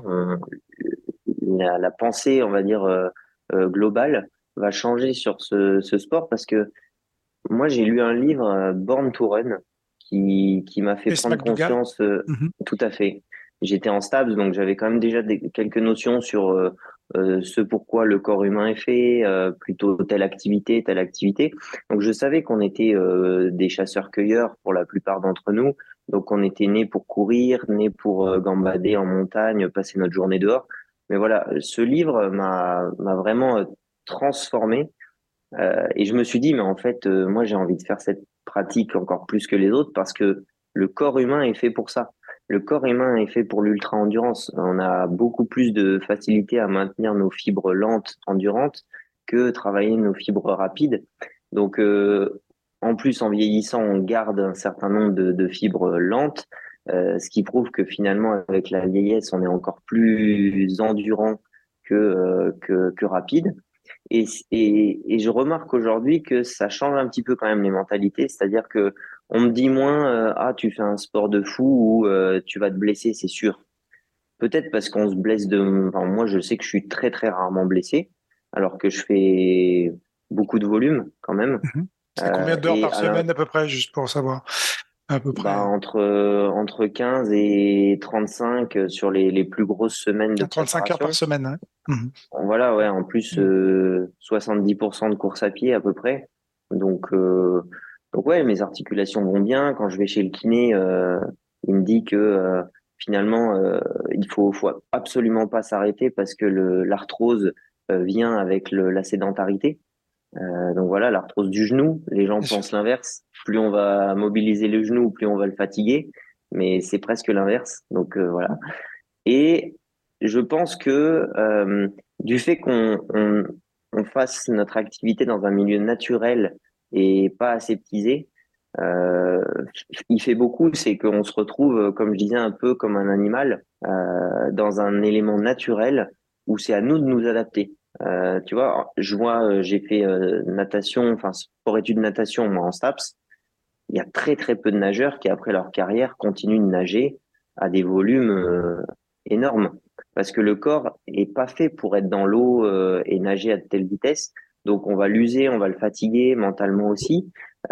la pensée, on va dire, globale va changer sur ce sport parce que moi, j'ai lu un livre, Born to Run, qui m'a fait Et prendre McDougall. conscience, Mhm. tout à fait. J'étais en STAPS, donc j'avais quand même déjà quelques notions sur ce pourquoi le corps humain est fait, plutôt telle activité, telle activité. Donc je savais qu'on était des chasseurs-cueilleurs pour la plupart d'entre nous, Donc on était né pour courir, né pour gambader en montagne, passer notre journée dehors. Mais voilà, ce livre m'a vraiment transformé. Et je me suis dit, mais en fait, moi, j'ai envie de faire cette pratique encore plus que les autres parce que le corps humain est fait pour ça. Le corps humain est fait pour l'ultra-endurance. On a beaucoup plus de facilité à maintenir nos fibres lentes, endurantes, que travailler nos fibres rapides. Donc, en plus, en vieillissant, on garde un certain nombre de fibres lentes, ce qui prouve que finalement, avec la vieillesse, on est encore plus endurant que rapide. Et je remarque aujourd'hui que ça change un petit peu quand même les mentalités, c'est-à-dire que on me dit moins ah tu fais un sport de fou ou tu vas te blesser, c'est sûr. Peut-être parce qu'on se blesse enfin, moi je sais que je suis très très rarement blessé, alors que je fais beaucoup de volume quand même. Mhm. C'est combien d'heures Et par semaine à peu près, juste pour savoir à peu bah, près? entre 15 et 35 sur les plus grosses semaines de 35 heures par préparation. semaine, ouais. Mhm. Voilà, ouais, en plus, Mhm. 70% de course à pied à peu près. Donc, ouais, mes articulations vont bien. Quand je vais chez le kiné, il me dit que finalement, faut absolument pas s'arrêter parce que l'arthrose vient avec la sédentarité. Donc voilà, l'arthrose du genou, les gens Bien sûr. pensent l'inverse. Plus on va mobiliser le genou, plus on va le fatiguer. Mais c'est presque l'inverse. Donc voilà. Et je pense que du fait on fasse notre activité dans un milieu naturel et pas aseptisé, euh, il fait beaucoup, c'est qu'on se retrouve, comme je disais, un peu comme un animal dans un élément naturel où c'est à nous de nous adapter. Tu vois, j'ai fait natation, enfin sport-études natation, moi en STAPS. Il y a très très peu de nageurs qui, après leur carrière, continuent de nager à des volumes énormes. Parce que le corps est pas fait pour être dans l'eau et nager à de telle vitesse. Donc on va l'user, on va le fatiguer mentalement aussi.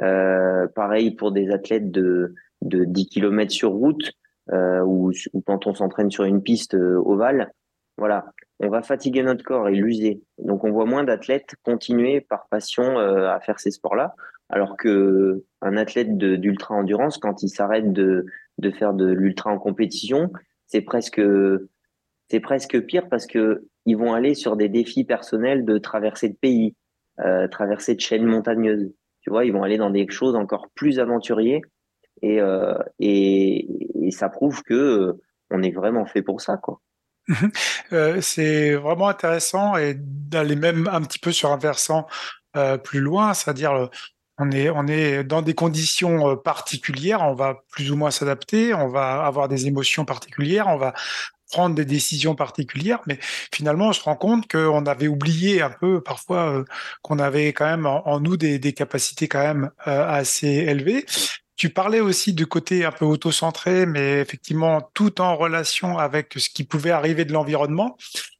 Pareil pour des athlètes de 10 km sur route ou quand on s'entraîne sur une piste ovale. Voilà, on va fatiguer notre corps et l'user. Donc on voit moins d'athlètes continuer par passion à faire ces sports-là. Alors que un athlète d'ultra endurance, quand il s'arrête de faire de l'ultra en compétition, c'est presque, c'est presque pire parce que ils vont aller sur des défis personnels de traversée de pays, traversée de chaînes montagneuses. Tu vois, ils vont aller dans des choses encore plus aventurières et ça prouve que on est vraiment fait pour ça, quoi. Mhm. C'est vraiment intéressant et d'aller même un petit peu sur un versant plus loin, c'est-à-dire on est dans des conditions particulières, on va plus ou moins s'adapter, on va avoir des émotions particulières, on va prendre des décisions particulières, mais finalement on se rend compte qu'on avait oublié un peu parfois qu'on avait quand même en nous des capacités quand même assez élevées. Tu parlais aussi du côté un peu auto-centré, mais effectivement tout en relation avec ce qui pouvait arriver de l'environnement.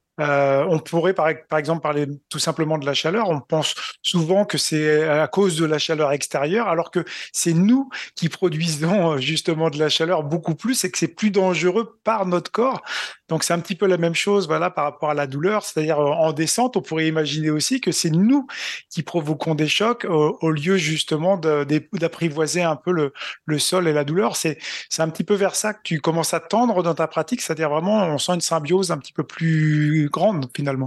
On pourrait par exemple parler tout simplement de la chaleur. On pense souvent que c'est à cause de la chaleur extérieure, alors que c'est nous qui produisons justement de la chaleur beaucoup plus et que c'est plus dangereux par notre corps. Donc c'est un petit peu la même chose, voilà, par rapport à la douleur. C'est-à-dire en descente, on pourrait imaginer aussi que c'est nous qui provoquons des chocs au lieu justement d'apprivoiser un peu le sol et la douleur. C'est un petit peu vers ça que tu commences à tendre dans ta pratique, c'est-à-dire vraiment, on sent une symbiose un petit peu plus grande finalement.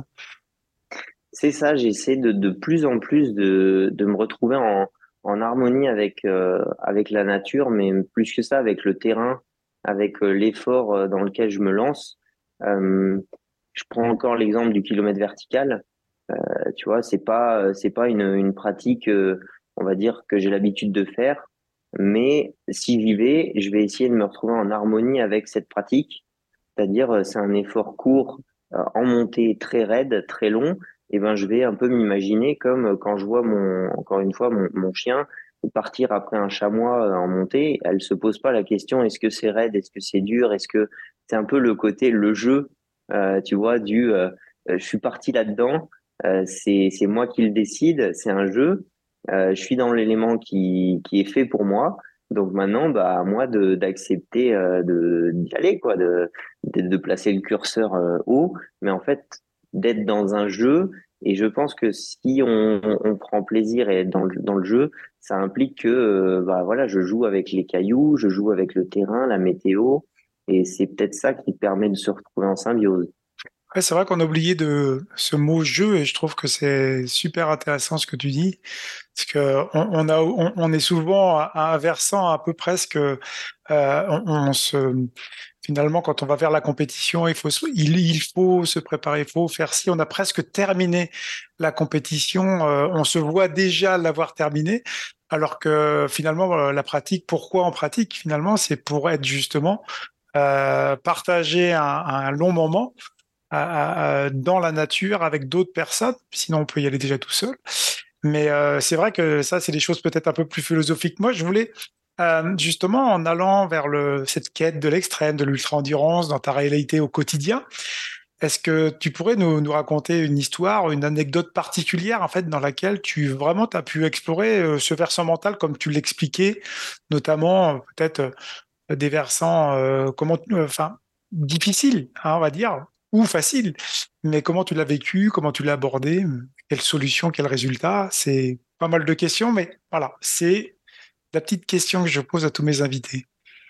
C'est ça, j'essaie de plus en plus de me retrouver en harmonie avec la nature, mais plus que ça, avec le terrain, avec l'effort dans lequel je me lance. Euh, je prends encore l'exemple du kilomètre vertical. Tu vois, c'est pas une pratique, on va dire, que j'ai l'habitude de faire, mais si j'y vais, je vais essayer de me retrouver en harmonie avec cette pratique. C'est-à-dire, c'est un effort court, en montée très raide, très long. Et ben, je vais un peu m'imaginer comme quand je vois encore une fois, mon chien partir après un chamois en montée. Elle se pose pas la question, est-ce que c'est raide, est-ce que c'est dur, est-ce que c'est un peu le côté, le jeu, tu vois, je suis parti là-dedans, c'est moi qui le décide, c'est un jeu, je suis dans l'élément qui est fait pour moi. Donc maintenant, bah, à moi d'accepter d'y aller, quoi, de placer le curseur haut, mais en fait, d'être dans un jeu Et je pense que si on prend plaisir et dans le jeu, ça implique que bah voilà, je joue avec les cailloux, je joue avec le terrain, la météo, et c'est peut-être ça qui permet de se retrouver en symbiose. Ouais, c'est vrai qu'on a oublié de ce mot jeu et je trouve que c'est super intéressant ce que tu dis. Parce que on est souvent à un versant un peu presque, finalement, quand on va vers la compétition, il faut se préparer, il faut faire ci. On a presque terminé la compétition, on se voit déjà l'avoir terminée. Alors que finalement, la pratique, pourquoi on pratique finalement, c'est pour être justement partager un long moment dans la nature avec d'autres personnes. Sinon, on peut y aller déjà tout seul. Mais c'est vrai que ça, c'est des choses peut-être un peu plus philosophiques. Moi, je voulais justement, en allant vers cette quête de l'extrême, de l'ultra-endurance dans ta réalité au quotidien, est-ce que tu pourrais nous raconter une histoire, une anecdote particulière en fait dans laquelle tu vraiment t'as pu explorer ce versant mental comme tu l'expliquais, notamment peut-être des versants enfin difficiles, hein, on va dire, ou faciles, mais comment tu l'as vécu, comment tu l'as abordé, quelle solution, quel résultat, c'est pas mal de questions, mais voilà, c'est la petite question que je pose à tous mes invités.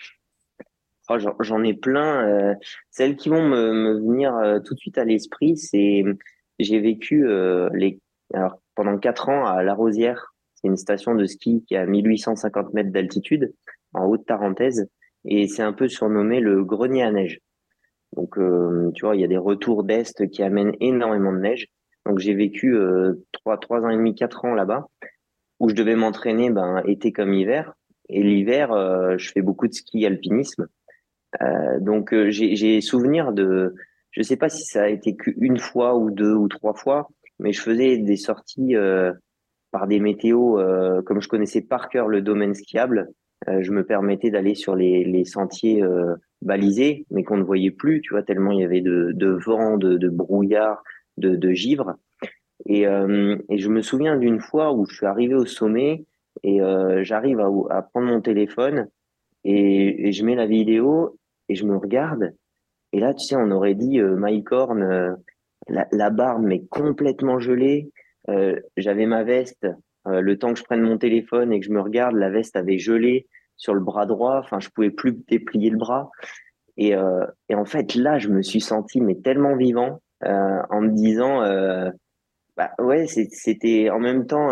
Oh, j'en ai plein. Celles qui vont me venir tout de suite à l'esprit, c'est j'ai vécu alors pendant 4 ans à La Rosière. C'est une station de ski qui est à 1850 mètres d'altitude, en Haute-Tarentaise, et c'est un peu surnommé le grenier à neige. Donc, tu vois, il y a des retours d'est qui amènent énormément de neige. Donc, j'ai vécu 3 ans et demi, 4 ans là-bas, où je devais m'entraîner ben, été comme hiver. Et l'hiver, je fais beaucoup de ski alpinisme. Donc j'ai souvenir de, je sais pas si ça a été qu'une fois ou deux ou trois fois, mais je faisais des sorties par des météos, comme je connaissais par cœur le domaine skiable, je me permettais d'aller sur les sentiers balisés, mais qu'on ne voyait plus, tu vois, tellement il y avait de vent, de brouillard, de givre. Et je me souviens d'une fois où je suis arrivé au sommet et j'arrive à prendre mon téléphone et je mets la vidéo et je me regarde. Et là, tu sais, on aurait dit Mike Horn, la barbe mais complètement gelée. J'avais ma veste. Le temps que je prenne mon téléphone et que je me regarde, la veste avait gelé sur le bras droit. Enfin, je pouvais plus déplier le bras. Et en fait, là, je me suis senti mais tellement vivant en me disant, bah ouais, c'était en même temps,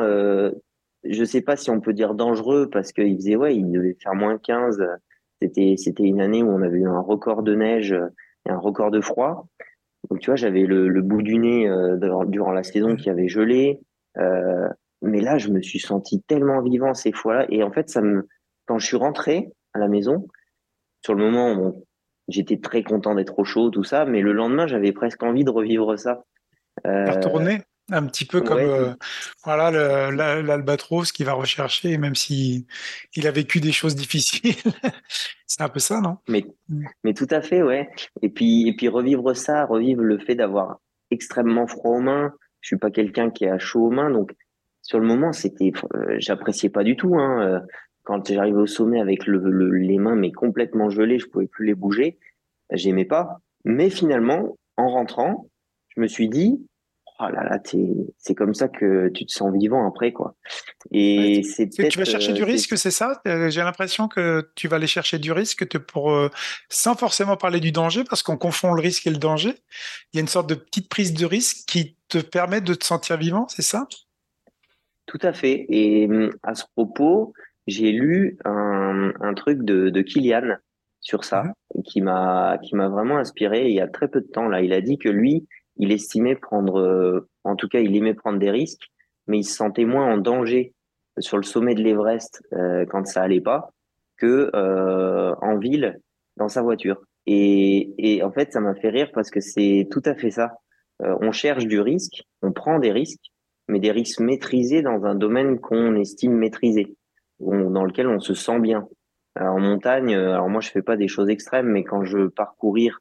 je sais pas si on peut dire dangereux parce qu'il faisait, ouais, il devait faire -15. C'était une année où on avait eu un record de neige et un record de froid. Donc, tu vois, j'avais le bout du nez durant la saison qui avait gelé. Euh, mais là, je me suis senti tellement vivant ces fois-là. Et en fait, quand je suis rentré à la maison, sur le moment, bon, j'étais très content d'être au chaud, tout ça. Mais le lendemain, j'avais presque envie de revivre ça. À Euh, retourner un petit peu comme ouais, voilà l'albatros qui va rechercher, même si il a vécu des choses difficiles. C'est un peu ça, non? mais Mais tout à fait, ouais. Et puis revivre ça, revivre le fait d'avoir extrêmement froid aux mains. Je suis pas quelqu'un qui a chaud aux mains, donc sur le moment, j'appréciais pas du tout, hein. Quand j'arrivais au sommet avec les mains mais complètement gelées, je pouvais plus les bouger. J'aimais pas. Mais finalement, en rentrant, je me suis dit, oh là là, c'est comme ça que tu te sens vivant après, quoi. Ouais. Et c'est Tu vas peut-être, chercher du risque, c'est ça? J'ai l'impression que tu vas aller chercher du risque sans forcément parler du danger, parce qu'on confond le risque et le danger. Il y a une sorte de petite prise de risque qui te permet de te sentir vivant, c'est ça? tout à fait. Et à ce propos, j'ai lu un truc de Kilian sur Mhm. ça, qui m'a vraiment inspiré il y a très peu de temps là. Il a dit que lui, il estimait prendre, en tout cas, il aimait prendre des risques, mais il se sentait moins en danger sur le sommet de l'Everest quand ça allait pas que en ville dans sa voiture. Et en fait, ça m'a fait rire parce que c'est tout à fait ça. On cherche du risque, on prend des risques mais des risques maîtrisés dans un domaine qu'on estime maîtrisé, dans lequel on se sent bien. En montagne, alors moi je fais pas des choses extrêmes, mais quand je pars courir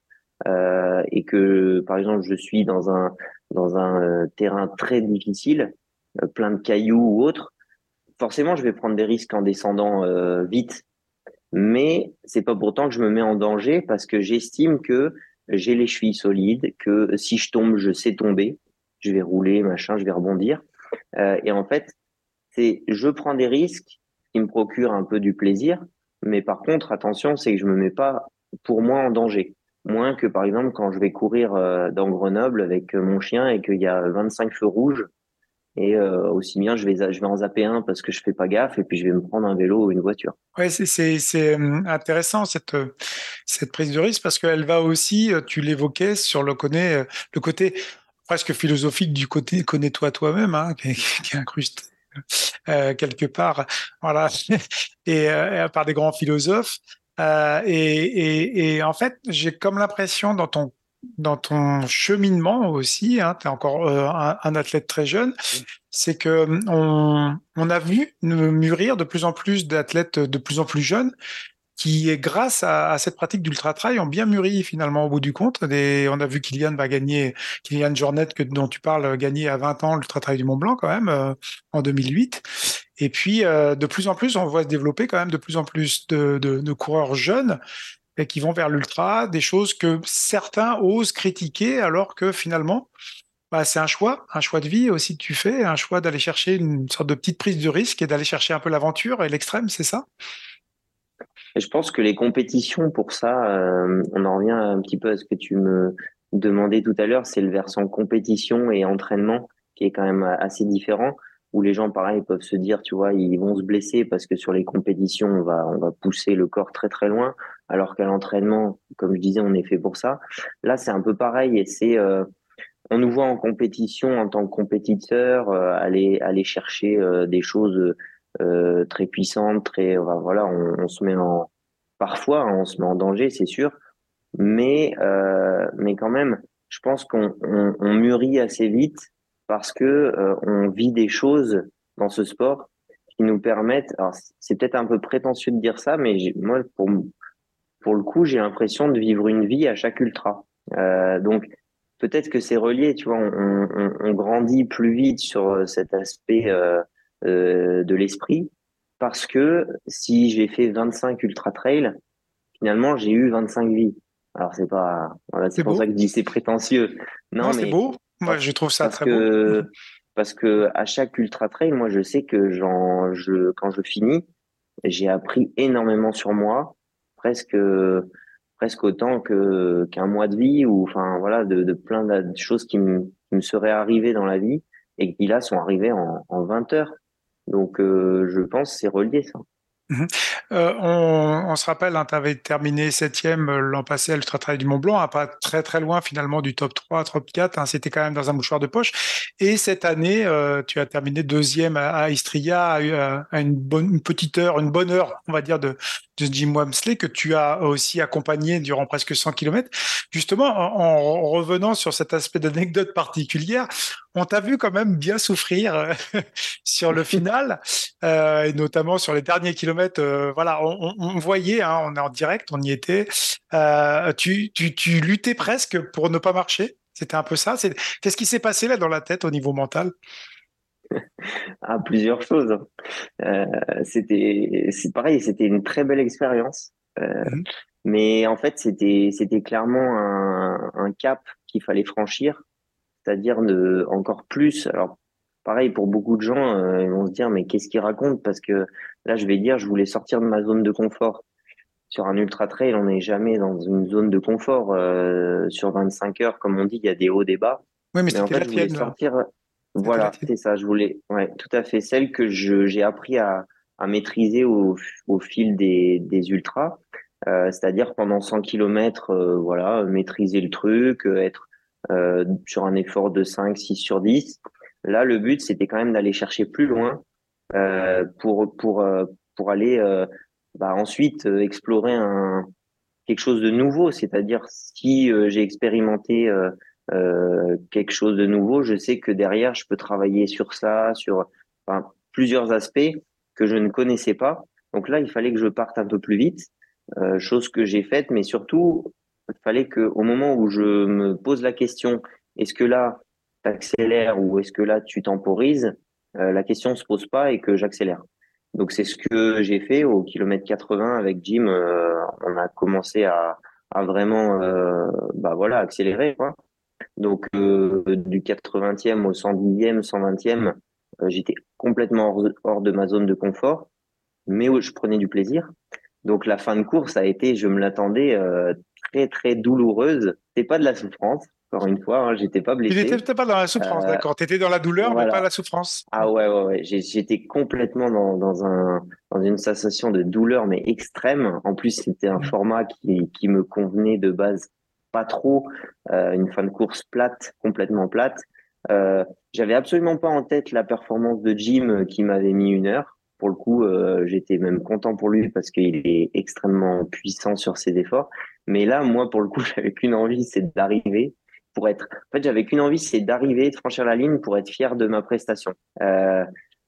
et que par exemple je suis dans un terrain très difficile, plein de cailloux ou autre, forcément je vais prendre des risques en descendant vite, mais c'est pas pourtant que je me mets en danger parce que j'estime que j'ai les chevilles solides, que si je tombe, je sais tomber. je vais rouler, machin, je vais rebondir. Et en fait, je prends des risques qui me procurent un peu du plaisir, mais par contre, attention, c'est que je me mets pas pour moi en danger. Moins que par exemple quand je vais courir dans Grenoble avec mon chien et qu'il y a 25 feux rouges et aussi bien je vais en zapper un parce que je fais pas gaffe et puis je vais me prendre un vélo ou une voiture. Ouais, c'est intéressant cette prise de risque parce qu'elle va aussi, tu l'évoquais, sur le côté presque philosophique du côté connais-toi toi-même, hein, qui est incrusté quelque part, voilà, et par des grands philosophes. Et en fait, j'ai comme l'impression dans ton cheminement aussi, hein, tu es encore un athlète très jeune, c'est que on a vu mûrir de plus en plus d'athlètes de plus en plus jeunes qui, grâce à cette pratique d'ultra-trail, ont bien mûri finalement au bout du compte. On a vu Kylian Jornet, dont tu parles, gagner à 20 ans l'ultra-trail du Mont Blanc quand même, en 2008. Et puis, de plus en plus, on voit se développer quand même de plus en plus de coureurs jeunes et qui vont vers l'ultra, des choses que certains osent critiquer alors que finalement, bah, c'est un choix de vie aussi que tu fais, un choix d'aller chercher une sorte de petite prise de risque et d'aller chercher un peu l'aventure et l'extrême, c'est ça? Et je pense que les compétitions pour ça, on en revient un petit peu à ce que tu me demandais tout à l'heure, c'est le versant compétition et entraînement qui est quand même assez différent, où les gens, pareil, peuvent se dire, tu vois, ils vont se blesser parce que sur les compétitions, on va pousser le corps très très loin, alors qu'à l'entraînement, comme je disais, on est fait pour ça. Là, c'est un peu pareil et on nous voit en compétition en tant que compétiteur, aller chercher des choses très puissantes, voilà, on se met parfois, hein, on se met en danger, c'est sûr, mais quand même, je pense on mûrit assez vite parce que on vit des choses dans ce sport qui nous permettent. Alors, c'est peut-être un peu prétentieux de dire ça, mais moi, pour le coup, j'ai l'impression de vivre une vie à chaque ultra. Donc, peut-être que c'est relié, tu vois, on grandit plus vite sur cet aspect de l'esprit, parce que si j'ai fait 25 ultra trails, finalement, j'ai eu 25 vies. Alors, voilà, c'est C'est pour ça beau. que je dis c'est prétentieux. Non, Non, c'est mais beau. Moi, parce, je trouve ça parce très beau. que, parce que à chaque ultra trail, moi, je sais que quand je finis, j'ai appris énormément sur moi, presque, presque autant qu'un mois de vie ou, enfin, voilà, de plein de choses qui me seraient arrivées dans la vie et qui là sont arrivées en 20 heures. Donc, je pense que c'est relié, ça. Mhm. On se rappelle, hein, tu avais terminé septième l'an passé à l'Ultra Trail du Mont Blanc, hein, pas très très loin finalement du top 3, top 4, hein, c'était quand même dans un mouchoir de poche. Et cette année, tu as terminé deuxième à Istria à une petite heure, une bonne heure, on va dire, de Jim Wamsley, que tu as aussi accompagné durant presque 100 kilomètres. Justement, en revenant sur cet aspect d'anecdote particulière, on t'a vu quand même bien souffrir sur le final et notamment sur les derniers kilomètres. Voilà, on voyait, hein, on est en direct, on y était. Tu luttais presque pour ne pas marcher. C'était un peu ça. Qu'est-ce qui s'est passé là dans la tête au niveau mental? Ah, plusieurs choses. C'est pareil, c'était une très belle expérience. Mhm. Mais en fait, c'était clairement un cap qu'il fallait franchir, c'est-à-dire de encore plus. Alors, pareil pour beaucoup de gens, ils vont se dire mais qu'est-ce qu'il raconte? Parce que là, je vais dire, je voulais sortir de ma zone de confort. Sur un ultra trail, on n'est jamais dans une zone de confort. Sur 25 heures, comme on dit, il y a des hauts, des bas. Oui, mais Mais en c'était fait, la je voulais tienne, là. sortir. C'était la Voilà, tienne. c'est ça. Je voulais, ouais, tout à fait, celle que j'ai appris à maîtriser au fil des ultras. C'est-à-dire pendant 100 kilomètres, voilà, maîtriser le truc, être sur un effort de 5, 6 sur 10. Là, le but, c'était quand même d'aller chercher plus loin euh, pour, pour, euh, pour aller ensuite explorer quelque chose de nouveau. C'est-à-dire, si j'ai expérimenté quelque chose de nouveau, je sais que derrière, je peux travailler sur ça, sur enfin, plusieurs aspects que je ne connaissais pas. Donc là, il fallait que je parte un peu plus vite, chose que j'ai faite, mais surtout, il fallait que au moment où je me pose la question, est-ce que là, tu accélères ou est-ce que là, tu temporises, la question se pose pas et que j'accélère. Donc c'est ce que j'ai fait au kilomètre 80 avec Jim. On a commencé à vraiment, voilà, accélérer, quoi. Donc, du 80e au 110e, 120e, j'étais complètement hors de ma zone de confort, mais je prenais du plaisir. Donc, la fin de course a été, je me l'attendais, très, très douloureuse. C'était pas de la souffrance, encore une fois, hein, j'étais pas Tu n'étais blessé. peut-être pas dans la souffrance, Euh, d'accord. Tu étais dans la douleur, mais pas voilà. la souffrance. Ah ouais, ouais, ouais. J'étais complètement dans une sensation de douleur, mais extrême. En plus, c'était un format qui me convenait de base pas trop. Une fin de course plate, complètement plate. J'avais absolument pas en tête la performance de Jim qui m'avait mis 1 heure. Pour le coup, j'étais même content pour lui parce qu'il est extrêmement puissant sur ses efforts. Mais là, moi, pour le coup, j'avais qu'une envie, c'est d'arriver pour être. En fait, j'avais qu'une envie, c'est d'arriver, de franchir la ligne pour être fier de ma prestation. Euh,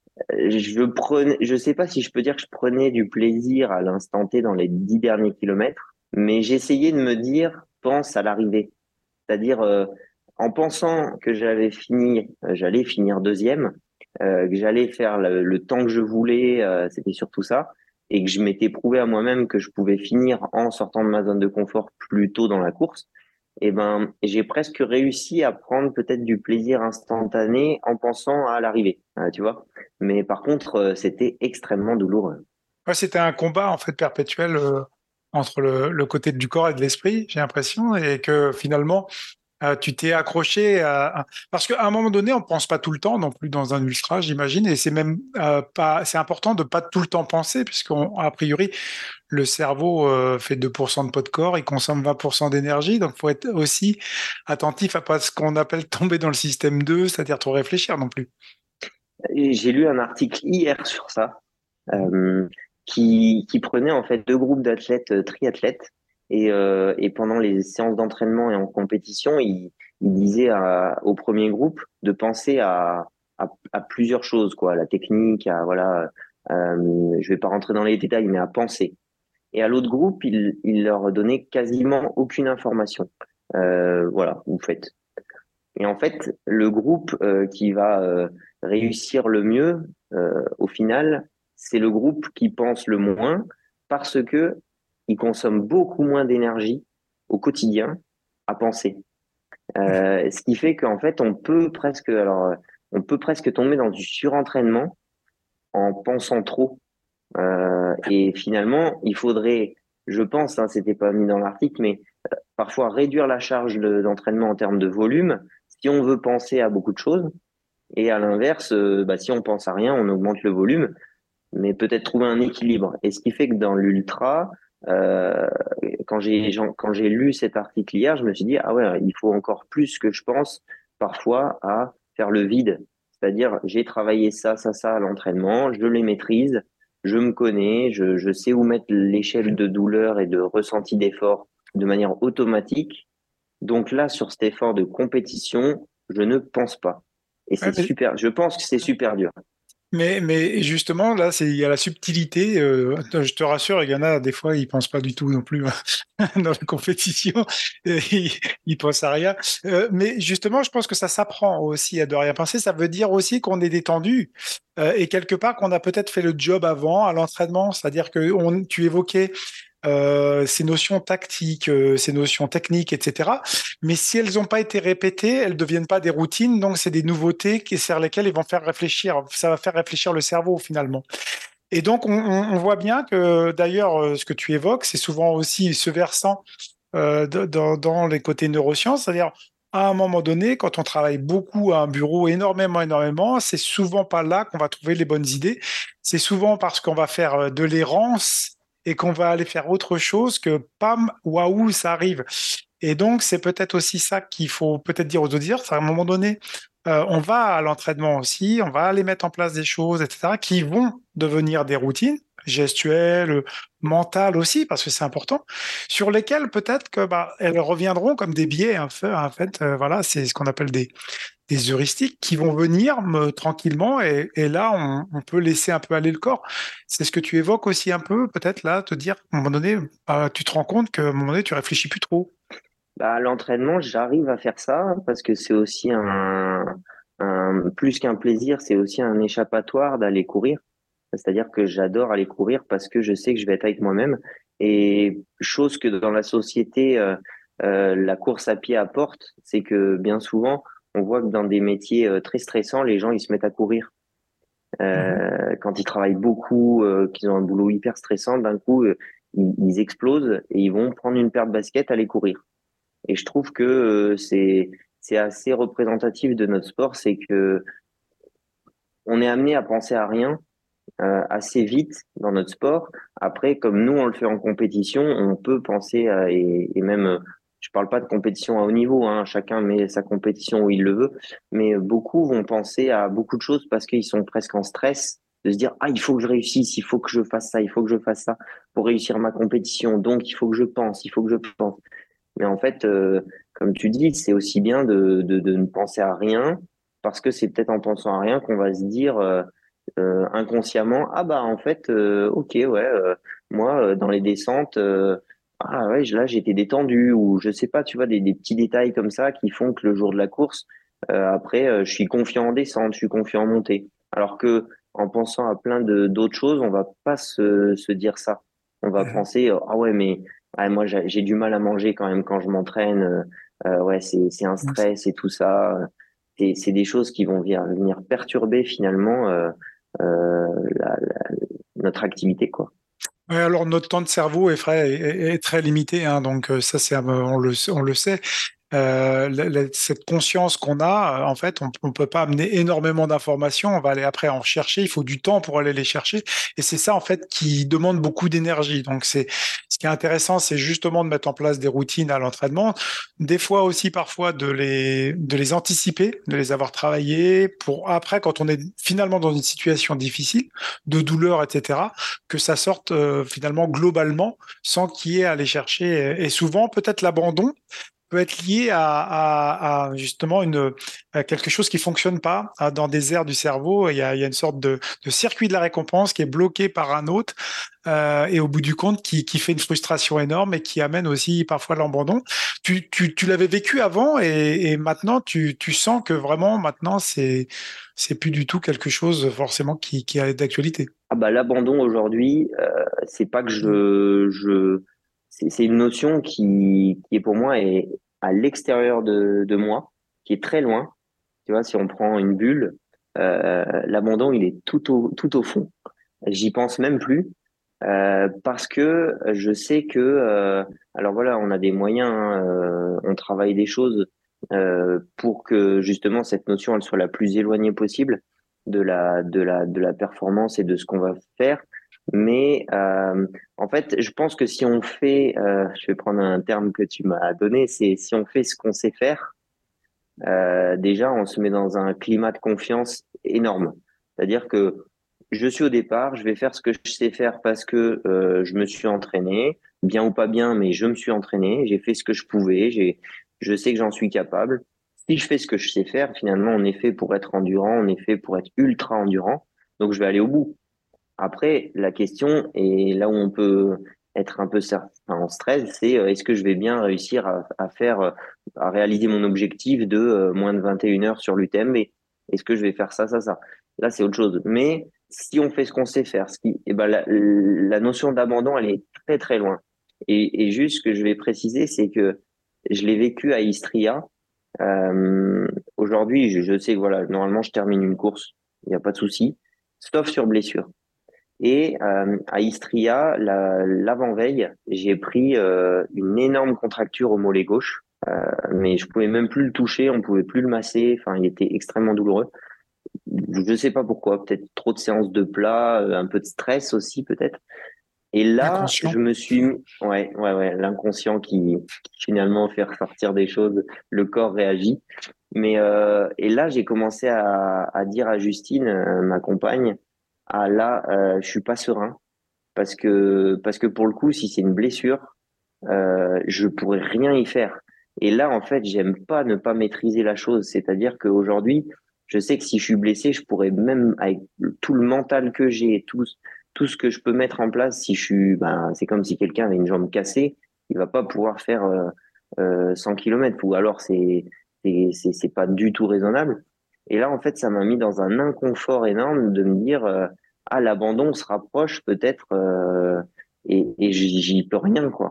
je sais pas si je peux dire que je prenais du plaisir à l'instant T dans les 10 derniers kilomètres, mais j'essayais de me dire, pense à l'arrivée. C'est-à-dire, en pensant que j'allais finir deuxième, que j'allais faire le temps que je voulais, c'était surtout ça, et que je m'étais prouvé à moi-même que je pouvais finir en sortant de ma zone de confort plus tôt dans la course. Et ben, j'ai presque réussi à prendre peut-être du plaisir instantané en pensant à l'arrivée, tu vois. Mais par contre, c'était extrêmement douloureux. Ouais, c'était un combat en fait perpétuel entre le côté du corps et de l'esprit, j'ai l'impression, et que finalement tu t'es accroché parce qu'à un moment donné, on pense pas tout le temps non plus dans un ultra, j'imagine, et c'est même pas, c'est important de pas tout le temps penser, puisqu'on a priori le cerveau fait 2% de poids de corps, il consomme 20% d'énergie, donc faut être aussi attentif à pas ce qu'on appelle tomber dans le système 2, c'est-à-dire trop réfléchir non plus. Et j'ai lu un article hier sur ça, euh, qui prenait en fait 2 groupes d'athlètes triathlètes et pendant les séances d'entraînement et en compétition, il disait au premier groupe de penser à plusieurs choses, quoi, à la technique, à voilà, je vais pas rentrer dans les détails, mais à penser. Et à l'autre groupe, il leur donnait quasiment aucune information. Voilà, vous faites. Et en fait, le groupe qui va réussir le mieux, au final, c'est le groupe qui pense le moins parce que il consomme beaucoup moins d'énergie au quotidien à penser. Ce qui fait qu'en fait, on peut presque tomber dans du surentraînement en pensant trop. Et finalement, il faudrait, je pense, hein, c'était pas mis dans l'article, mais parfois réduire la charge d'entraînement en termes de volume si on veut penser à beaucoup de choses. Et à l'inverse, bah, si on pense à rien, on augmente le volume, mais peut-être trouver un équilibre. Et ce qui fait que dans l'ultra, euh, quand j'ai lu cet article hier, je me suis dit, ah ouais, il faut encore plus que je pense parfois à faire le vide. C'est-à-dire, j'ai travaillé ça à l'entraînement, je les maîtrise, je me connais, je sais où mettre l'échelle de douleur et de ressenti d'effort de manière automatique. Donc là, sur cet effort de compétition, je ne pense pas. Et Ouais, c'est super, je pense que c'est super dur. mais justement, là, il y a la subtilité. Je te rassure, il y en a des fois, ils pensent pas du tout non plus dans la compétition. Ils pensent à rien. Mais justement, je pense que ça s'apprend aussi à de rien penser. Ça veut dire aussi qu'on est détendu et quelque part qu'on a peut-être fait le job avant à l'entraînement. C'est-à-dire que tu évoquais ces notions tactiques, ces notions techniques, etc. Mais si elles n'ont pas été répétées, elles ne deviennent pas des routines, donc c'est des nouveautés sur lesquelles ils vont faire réfléchir. Ça va faire réfléchir le cerveau finalement. Et donc on voit bien que d'ailleurs, ce que tu évoques, c'est souvent aussi ce versant dans les côtés neurosciences, c'est-à-dire à un moment donné, quand on travaille beaucoup à un bureau, énormément, c'est souvent pas là qu'on va trouver les bonnes idées. C'est souvent parce qu'on va faire de l'errance et qu'on va aller faire autre chose que pam, waouh, ça arrive. Et donc, c'est peut-être aussi ça qu'il faut peut-être dire aux auditeurs, c'est à un moment donné, on va à l'entraînement aussi, on va aller mettre en place des choses, etc., qui vont devenir des routines gestuelles, mentales aussi, parce que c'est important, sur lesquelles peut-être que bah, elles reviendront comme des biais. En fait, voilà, c'est ce qu'on appelle des heuristiques qui vont venir tranquillement, et là, on peut laisser un peu aller le corps. C'est ce que tu évoques aussi un peu, peut-être là, te dire, à un moment donné, tu te rends compte qu'à un moment donné, tu réfléchis plus trop. Bah, à l'entraînement, j'arrive à faire ça parce que c'est aussi plus qu'un plaisir, c'est aussi un échappatoire d'aller courir. C'est-à-dire que j'adore aller courir parce que je sais que je vais être avec moi-même. Et chose que dans la société, la course à pied apporte, c'est que bien souvent, on voit que dans des métiers très stressants, les gens ils se mettent à courir. Mhm. Quand ils travaillent beaucoup, qu'ils ont un boulot hyper stressant, d'un coup, ils explosent et ils vont prendre une paire de baskets, aller courir. Et je trouve que c'est assez représentatif de notre sport, c'est que on est amené à penser à rien assez vite dans notre sport. Après, comme nous, on le fait en compétition, on peut penser à, et même, je parle pas de compétition à haut niveau, hein, chacun met sa compétition où il le veut, mais beaucoup vont penser à beaucoup de choses parce qu'ils sont presque en stress de se dire, ah, il faut que je réussisse, il faut que je fasse ça, il faut que je fasse ça pour réussir ma compétition. Donc, il faut que je pense, il faut que je pense. Mais en fait, comme tu dis, c'est aussi bien de ne penser à rien parce que c'est peut-être en pensant à rien qu'on va se dire, inconsciemment, ah bah en fait, ok, ouais, moi dans les descentes, ah ouais, là j'étais détendu ou je sais pas, tu vois, des petits détails comme ça qui font que le jour de la course, après, je suis confiant en descente, je suis confiant en montée. Alors que en pensant à plein de d'autres choses, on va pas se dire ça. On va Mhm. penser, ah ouais, mais ouais, moi j'ai du mal à manger quand même quand je m'entraîne. Ouais, c'est un stress et tout ça. C'est des choses qui vont venir perturber finalement notre activité, quoi. Ouais, alors notre temps de cerveau est très limité, hein, donc ça c'est on le sait. Cette conscience qu'on a, en fait, on peut pas amener énormément d'informations. On va aller après en chercher. Il faut du temps pour aller les chercher, et c'est ça en fait qui demande beaucoup d'énergie. Donc c'est ce qui est intéressant, c'est justement de mettre en place des routines à l'entraînement. Des fois aussi, parfois de les anticiper, de les avoir travaillées pour après, quand on est finalement dans une situation difficile, de douleur, etc., que ça sorte finalement globalement sans qu'il y ait à aller chercher. Et souvent, peut-être l'abandon peut être lié à justement à quelque chose qui fonctionne pas dans des aires du cerveau. Il y a une sorte de circuit de la récompense qui est bloqué par un autre et au bout du compte qui fait une frustration énorme et qui amène aussi parfois l'abandon. Tu l'avais vécu avant et maintenant tu sens que vraiment maintenant c'est plus du tout quelque chose forcément qui est d'actualité. Ah bah l'abandon aujourd'hui, c'est pas que c'est une notion qui est pour moi est à l'extérieur de moi, qui est très loin. Tu vois, si on prend une bulle, l'abandon il est tout au fond. J'y pense même plus. Parce que je sais que, alors voilà, on a des moyens, hein, on travaille des choses pour que justement cette notion elle soit la plus éloignée possible de la performance et de ce qu'on va faire. Mais en fait, je pense que si on fait, je vais prendre un terme que tu m'as donné, c'est si on fait ce qu'on sait faire, déjà on se met dans un climat de confiance énorme. C'est-à-dire que je suis au départ, je vais faire ce que je sais faire parce que je me suis entraîné, bien ou pas bien, mais je me suis entraîné, j'ai fait ce que je pouvais, je sais que j'en suis capable. Si je fais ce que je sais faire, finalement, on est fait pour être endurant, on est fait pour être ultra endurant, donc je vais aller au bout. Après, la question, et là où on peut être un peu en stress, c'est est-ce que je vais bien réussir à faire, à réaliser mon objectif de moins de 21 heures sur l'UTMB? Est-ce que je vais faire ça, ça, ça? Là, c'est autre chose. Mais si on fait ce qu'on sait faire, eh ben, la notion d'abandon, elle est très, très loin. Et juste ce que je vais préciser, c'est que je l'ai vécu à Istria. Aujourd'hui, je sais que voilà, normalement, je termine une course, il n'y a pas de souci, sauf sur blessure. Et à Istria, l'avant-veille, j'ai pris une énorme contracture au mollet gauche, mais je pouvais même plus le toucher, on pouvait plus le masser. Enfin, il était extrêmement douloureux. Je sais pas pourquoi, peut-être trop de séances de plat, un peu de stress aussi peut-être. Et là, Inconscient. je me suis mis, ouais, l'inconscient qui finalement fait ressortir des choses, le corps réagit. Mais et là, j'ai commencé à dire à Justine, ma compagne, ah là, je suis pas serein parce que pour le coup, si c'est une blessure, je pourrais rien y faire. Et là, en fait, j'aime pas ne pas maîtriser la chose. C'est-à-dire qu'aujourd'hui, je sais que si je suis blessé, je pourrais même avec tout le mental que j'ai, tout ce que je peux mettre en place, si je suis, ben, c'est comme si quelqu'un avait une jambe cassée, il va pas pouvoir faire 100 km ou alors c'est pas du tout raisonnable. Et là, en fait, ça m'a mis dans un inconfort énorme de me dire ah l'abandon se rapproche peut-être et j'y peux rien quoi.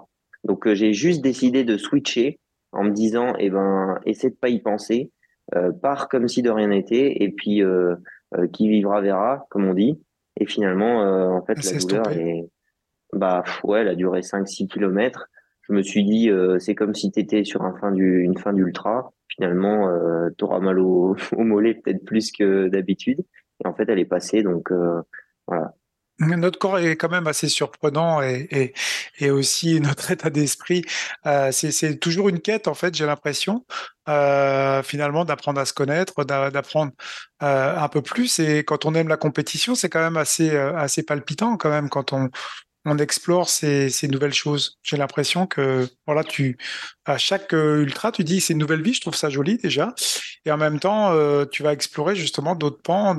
Donc j'ai juste décidé de switcher en me disant, eh ben, essaie de pas y penser, pars comme si de rien n'était, et puis qui vivra verra, comme on dit. Et finalement, en fait, la C'est douleur estompé. est, bah ouais, elle a duré 5-6 kilomètres. Je me suis dit, c'est comme si tu étais sur une fin d'ultra. Finalement, tu auras mal au mollet peut-être plus que d'habitude. Et en fait, elle est passée, donc voilà. Notre corps est quand même assez surprenant et aussi notre état d'esprit. C'est toujours une quête, en fait, j'ai l'impression, finalement, d'apprendre à se connaître, d'apprendre un peu plus. Et quand on aime la compétition, c'est quand même assez palpitant, quand même, quand on explore ces nouvelles choses. J'ai l'impression que, voilà, à chaque ultra, tu dis c'est une nouvelle vie, je trouve ça joli déjà. Et en même temps, tu vas explorer justement d'autres pans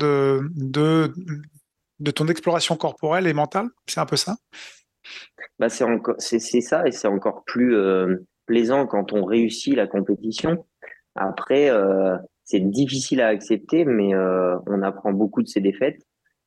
de ton exploration corporelle et mentale. C'est un peu ça. Bah, c'est ça, et c'est encore plus plaisant quand on réussit la compétition. Après, c'est difficile à accepter, mais on apprend beaucoup de ses défaites,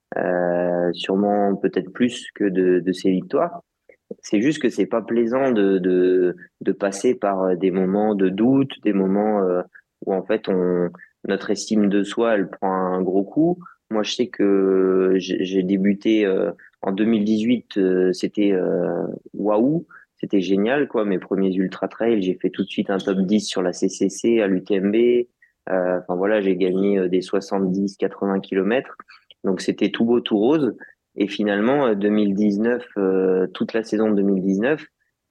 sûrement peut-être plus que de ses victoires. C'est juste que c'est pas plaisant de passer par des moments de doute, des moments où en fait notre estime de soi, elle prend un gros coup. Moi, je sais que j'ai débuté en 2018, c'était waouh, c'était génial quoi. Mes premiers ultra trails, j'ai fait tout de suite un top 10 sur la CCC à l'UTMB. Enfin voilà, j'ai gagné des 70-80 kilomètres. Donc c'était tout beau, tout rose. Et finalement, 2019, toute la saison de 2019,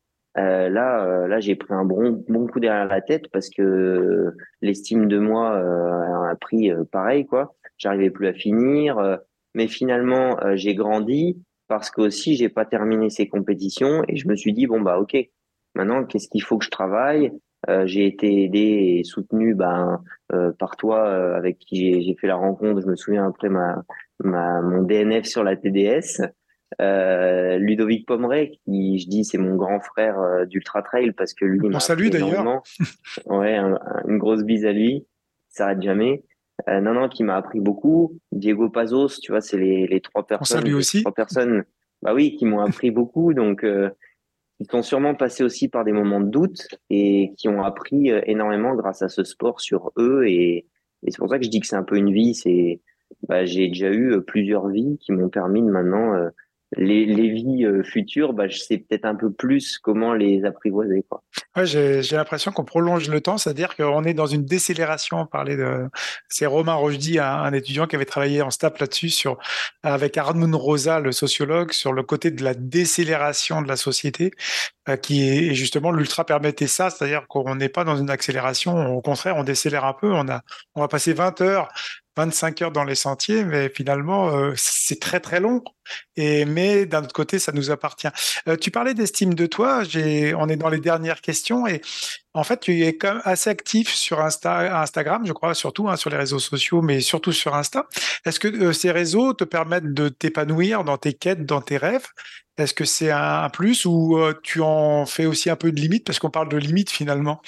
là, j'ai pris un bon coup derrière la tête parce que l'estime de moi a pris pareil, quoi. J'arrivais plus à finir, mais finalement, j'ai grandi parce que aussi, j'ai pas terminé ces compétitions et je me suis dit, bon, bah, ok, maintenant, qu'est-ce qu'il faut que je travaille? J'ai été aidé et soutenu par toi avec qui j'ai fait la rencontre. Je me souviens après mon DNF sur la TDS. Ludovic Pomeray, qui je dis c'est mon grand frère d'Ultra Trail parce que lui il On m'a salue appris d'ailleurs. énormément. Ouais, une grosse bise à lui, il s'arrête jamais. Non, non, qui m'a appris beaucoup. Diego Pazos, tu vois, c'est les On salue aussi. trois personnes, bah oui, qui m'ont appris beaucoup. Donc, ils sont sûrement passés aussi par des moments de doute et qui ont appris énormément grâce à ce sport sur eux. Et c'est pour ça que je dis que c'est un peu une vie. J'ai déjà eu plusieurs vies qui m'ont permis de maintenant, les vies futures, je sais peut-être un peu plus comment les apprivoiser, quoi. Ouais, j'ai l'impression qu'on prolonge le temps, c'est-à-dire qu'on est dans une décélération. On parlait c'est Romain Rochdy, un étudiant qui avait travaillé en STAPS là-dessus avec Arnoun Rosa, le sociologue, sur le côté de la décélération de la société, et justement l'ultra permettait ça, c'est-à-dire qu'on n'est pas dans une accélération, au contraire, on décélère un peu. On va passer 20 heures, 25 heures dans les sentiers, mais finalement, c'est très très long. Mais d'un autre côté, ça nous appartient. Tu parlais d'estime de toi. On est dans les dernières questions et en fait, tu es quand même assez actif sur Instagram, je crois, surtout sur les réseaux sociaux, mais surtout sur Insta. Est-ce que ces réseaux te permettent de t'épanouir dans tes quêtes, dans tes rêves? Est-ce que c'est un plus ou tu en fais aussi un peu de limite parce qu'on parle de limite finalement?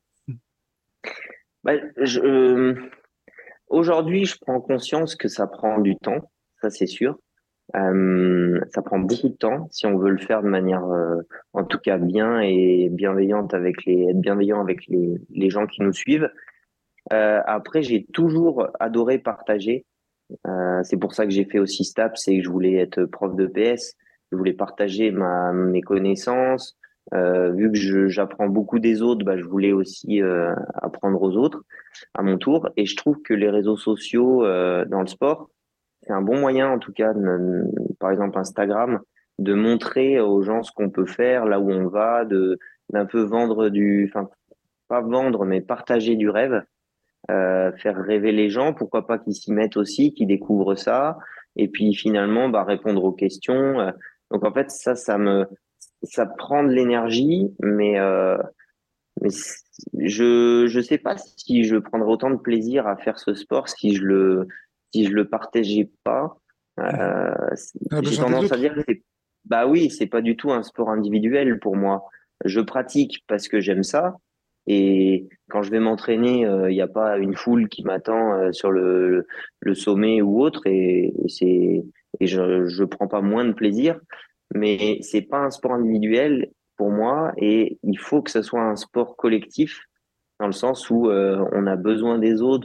Bah, aujourd'hui, je prends conscience que ça prend du temps, ça c'est sûr. Ça prend beaucoup de temps si on veut le faire de manière, en tout cas bien et bienveillante être bienveillant avec les gens qui nous suivent. Après, j'ai toujours adoré partager. C'est pour ça que j'ai fait aussi STAPS, c'est que je voulais être prof de PS. Je voulais partager mes connaissances. Vu que j'apprends beaucoup des autres, je voulais aussi apprendre aux autres à mon tour. Et je trouve que les réseaux sociaux dans le sport, c'est un bon moyen, en tout cas, par exemple Instagram, de montrer aux gens ce qu'on peut faire, là où on va, d'un peu enfin, pas vendre, mais partager du rêve, faire rêver les gens, pourquoi pas qu'ils s'y mettent aussi, qu'ils découvrent ça, et puis finalement, répondre aux questions. Donc en fait, ça prend de l'énergie, mais je sais pas si je prendrais autant de plaisir à faire ce sport si je le partageais pas. Mhm. Euh, On a j'ai besoin des tendance à autres. dire que bah oui, c'est pas du tout un sport individuel pour moi. Je pratique parce que j'aime ça. Et quand je vais m'entraîner, il n'y a pas une foule qui m'attend sur le sommet ou autre, et je prends pas moins de plaisir. Mais c'est pas un sport individuel pour moi, et il faut que ce soit un sport collectif dans le sens où on a besoin des autres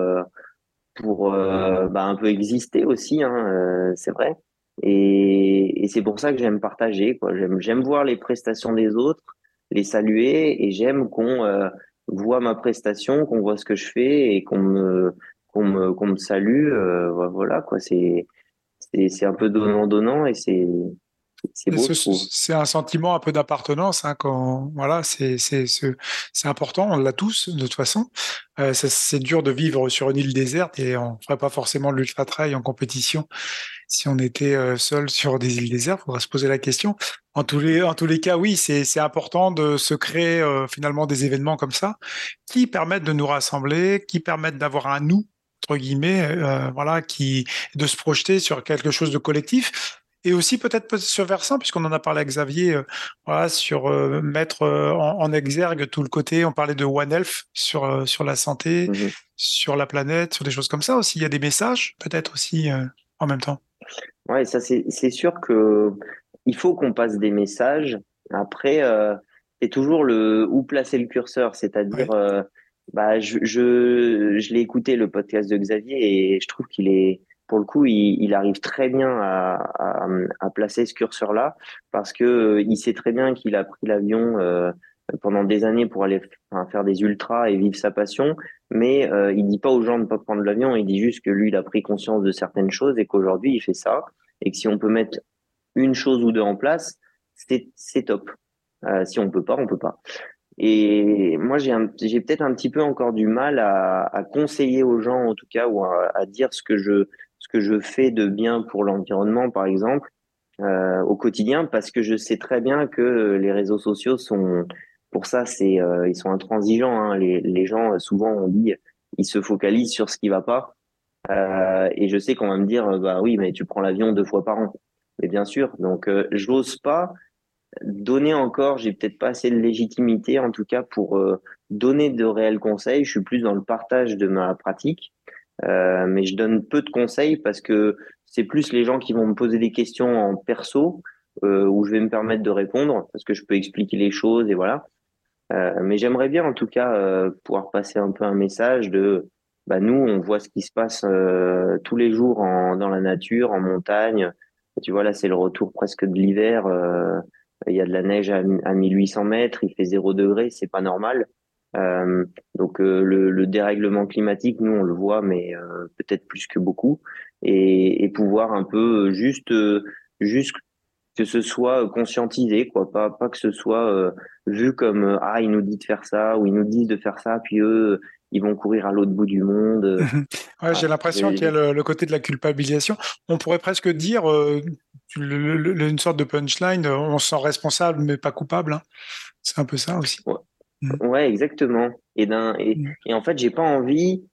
pour bah, un peu exister aussi, hein, c'est vrai. Et c'est pour ça que j'aime partager, quoi. J'aime voir les prestations des autres, les saluer, et j'aime qu'on voit ma prestation, qu'on voit ce que je fais et qu'on me salue. Voilà, quoi. C'est un peu donnant-donnant et c'est Et beau, je trouve. c'est un sentiment un peu d'appartenance, hein, quand voilà, c'est important, on l'a tous de toute façon. C'est dur de vivre sur une île déserte et on ferait pas forcément l'ultra trail en compétition si on était seul sur des îles désertes. Faudra se poser la question. En tous les cas, oui, c'est important de se créer finalement des événements comme ça qui permettent de nous rassembler, qui permettent d'avoir un nous entre guillemets, voilà, qui de se projeter sur quelque chose de collectif. Et aussi peut-être sur versant, puisqu'on en a parlé avec Xavier, voilà, sur mettre en exergue tout le côté, on parlait de One Health sur la santé, Mhm. sur la planète, sur des choses comme ça aussi. Il y a des messages peut-être aussi en même temps. Ouais, ça c'est sûr que il faut qu'on passe des messages. Après, c'est toujours le où placer le curseur, c'est-à-dire, Oui. bah je l'ai écouté le podcast de Xavier et je trouve qu'il est pour le coup il arrive très bien à placer ce curseur-là parce que il sait très bien qu'il a pris l'avion pendant des années pour aller enfin, faire des ultras et vivre sa passion, mais il dit pas aux gens de pas prendre l'avion, il dit juste que lui il a pris conscience de certaines choses et qu'aujourd'hui il fait ça et que si on peut mettre une chose ou deux en place, c'est top. Si on peut pas, on peut pas. Et moi, j'ai peut-être un petit peu encore du mal à conseiller aux gens, en tout cas, ou à dire ce que je fais de bien pour l'environnement, par exemple, au quotidien, parce que je sais très bien que les réseaux sociaux sont, pour ça, ils sont intransigeants, hein. Les gens, souvent, on dit, ils se focalisent sur ce qui va pas. Et je sais qu'on va me dire, bah oui, mais tu prends l'avion 2 fois par an. Mais bien sûr, donc j'ose pas donner encore, j'ai peut-être pas assez de légitimité en tout cas pour donner de réels conseils. Je suis plus dans le partage de ma pratique, mais je donne peu de conseils parce que c'est plus les gens qui vont me poser des questions en perso où je vais me permettre de répondre parce que je peux expliquer les choses et voilà. Mais j'aimerais bien en tout cas pouvoir passer un peu un message de bah nous on voit ce qui se passe tous les jours dans la nature, en montagne. Tu vois là c'est le retour presque de l'hiver. Il y a de la neige à 1800 mètres, il fait 0 degré, c'est pas normal. Donc le dérèglement climatique, nous on le voit, mais peut-être plus que beaucoup, et pouvoir un peu juste que ce soit conscientisé, quoi, pas que ce soit vu comme ah il nous dit de faire ça ou ils nous disent de faire ça, puis eux ils vont courir à l'autre bout du monde. Mhm. Ouais, j'ai Voilà. l'impression qu'il y a le côté de la culpabilisation. On pourrait presque dire une sorte de punchline, on se sent responsable mais pas coupable, hein. C'est un peu ça aussi. Ouais, Mhm. ouais, exactement. Et en fait j'ai pas envie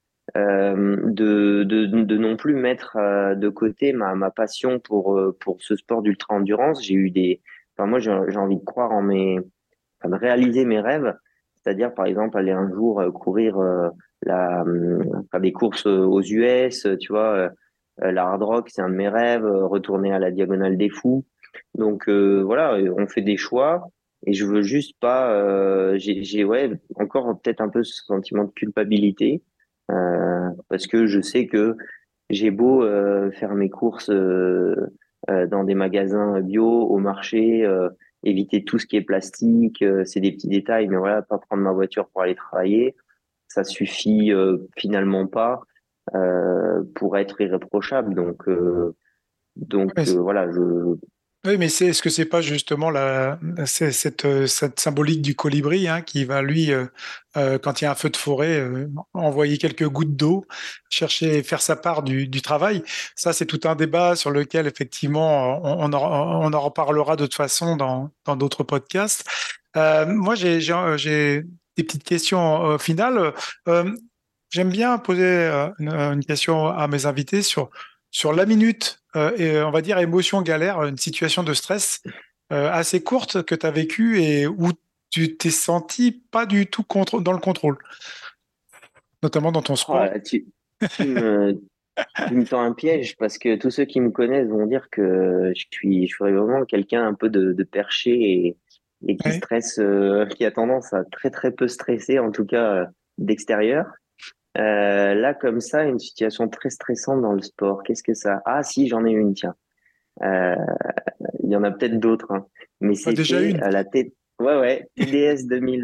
de non plus mettre de côté ma passion pour ce sport d'ultra endurance. Enfin moi j'ai envie de croire enfin, de réaliser mes rêves, c'est-à-dire par exemple aller un jour courir faire des courses aux US, tu vois, la Hard Rock, c'est un de mes rêves, retourner à la Diagonale des Fous. Donc voilà, on fait des choix et je veux juste pas, ouais encore peut-être un peu ce sentiment de culpabilité parce que je sais que j'ai beau faire mes courses dans des magasins bio, au marché, éviter tout ce qui est plastique, c'est des petits détails, mais voilà, pas prendre ma voiture pour aller travailler, ça suffit finalement pas pour être irréprochable. Donc voilà, Oui, mais est-ce que c'est pas justement cette symbolique du colibri, hein, qui va lui, quand il y a un feu de forêt, envoyer quelques gouttes d'eau, chercher, faire sa part du travail. Ça, c'est tout un débat sur lequel effectivement on en reparlera de toute façon dans d'autres podcasts. Moi, j'ai des petites questions finales. Euh, J'aime bien poser une question à mes invités sur la minute et on va dire émotion galère, une situation de stress assez courte que tu as vécue et où tu t'es senti pas du tout dans le contrôle, notamment dans ton oh sport. là, tu me, tu me tends un piège parce que tous ceux qui me connaissent vont dire que je suis vraiment quelqu'un un peu de perché et qui Ouais. stresse, qui a tendance à très très peu stresser, en tout cas d'extérieur. Là, comme ça, une situation très stressante dans le sport. Qu'est-ce que ça? Ah, si, j'en ai une, tiens. Euh, il y en a peut-être d'autres, hein. Mais Ah, déjà c'était une. à la ouais, ouais, TDS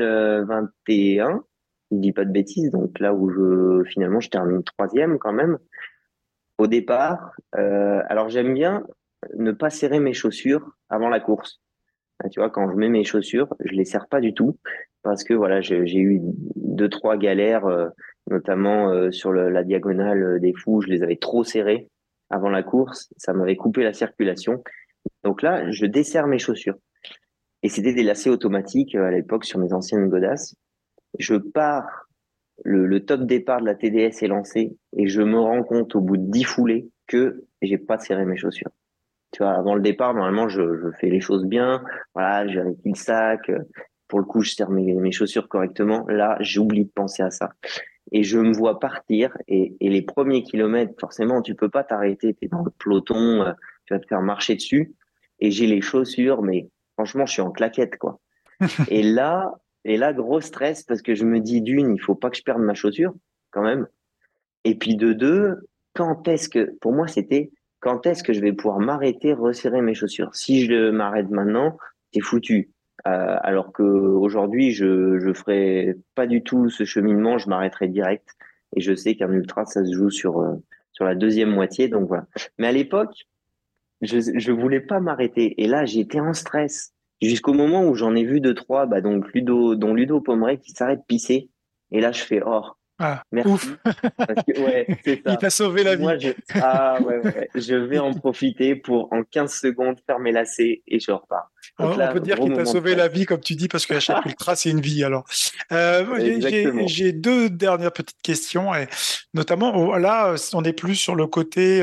2021. Je dis pas de bêtises, donc là où finalement, je termine troisième quand même. Au départ, alors j'aime bien ne pas serrer mes chaussures avant la course. Tu vois, quand je mets mes chaussures, je les serre pas du tout parce que voilà, j'ai eu deux, trois galères, notamment sur la diagonale des fous, je les avais trop serrées avant la course, ça m'avait coupé la circulation. Donc là, je desserre mes chaussures. Et c'était des lacets automatiques à l'époque sur mes anciennes godasses. Je pars, le top départ de la TDS est lancé et je me rends compte au bout de 10 foulées que j'ai pas serré mes chaussures. Tu vois, avant le départ, normalement, je fais les choses bien. Voilà, j'ai vérifie le sac. Pour le coup, je serre mes chaussures correctement. Là, j'oublie de penser à ça. Et je me vois partir. Et les premiers kilomètres, forcément, tu peux pas t'arrêter. Tu es dans le peloton, tu vas te faire marcher dessus. Et j'ai les chaussures, mais franchement, je suis en claquette, quoi. Et là, gros stress parce que je me dis d'une, il faut pas que je perde ma chaussure, quand même. Et puis de deux, pour moi, c'était quand est-ce que je vais pouvoir m'arrêter, resserrer mes chaussures? Si je m'arrête maintenant, c'est foutu. Alors que aujourd'hui, je ferai pas du tout ce cheminement, je m'arrêterai direct. Et je sais qu'un ultra, ça se joue sur la deuxième moitié, donc voilà. Mais à l'époque, je voulais pas m'arrêter. Et là, j'étais en stress. Jusqu'au moment où j'en ai vu deux, trois, bah, donc dont Ludo Pomeray qui s'arrête pisser. Et là, je fais, oh, Ah, ouf. merci. Parce que, ouais, c'est Il ça. t'a sauvé la vie. Moi, ah, ouais, ouais, ouais. Je vais en profiter pour, en 15 secondes, faire mes lacets et je repars. Donc On là, peut dire gros qu'il t'a moment de sauvé la stress. vie, comme tu dis, parce qu'à chaque ultra, c'est une vie. Alors, Exactement. j'ai deux dernières petites questions, et notamment là, on est plus sur le côté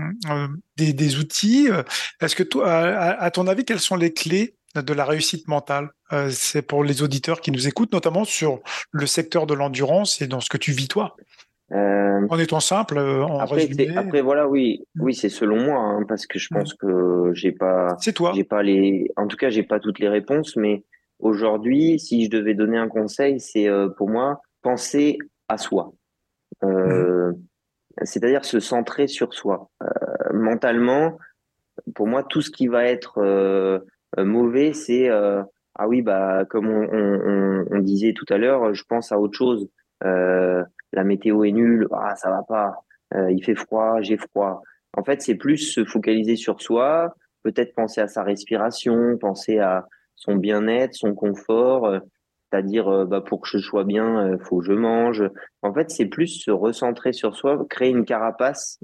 des outils. Est-ce que toi, à ton avis, quelles sont les clés de la réussite mentale? C'est pour les auditeurs qui nous écoutent, notamment sur le secteur de l'endurance et dans ce que tu vis toi. Euh, En étant simple, en résumé, après, voilà, oui, oui, c'est selon moi, hein, parce que je pense que c'est toi. en tout cas, j'ai pas toutes les réponses, mais aujourd'hui, si je devais donner un conseil, c'est pour moi, penser à soi. Mhm. Euh, C'est-à-dire se centrer sur soi. Mentalement, pour moi, tout ce qui va être mauvais, c'est ah oui, bah comme on disait tout à l'heure, je pense à autre chose. La météo est nulle, ah ça va pas. Il fait froid, j'ai froid. En fait, c'est plus se focaliser sur soi, peut-être penser à sa respiration, penser à son bien-être, son confort. C'est-à-dire, bah, pour que je sois bien, faut que je mange. En fait, c'est plus se recentrer sur soi, créer une carapace.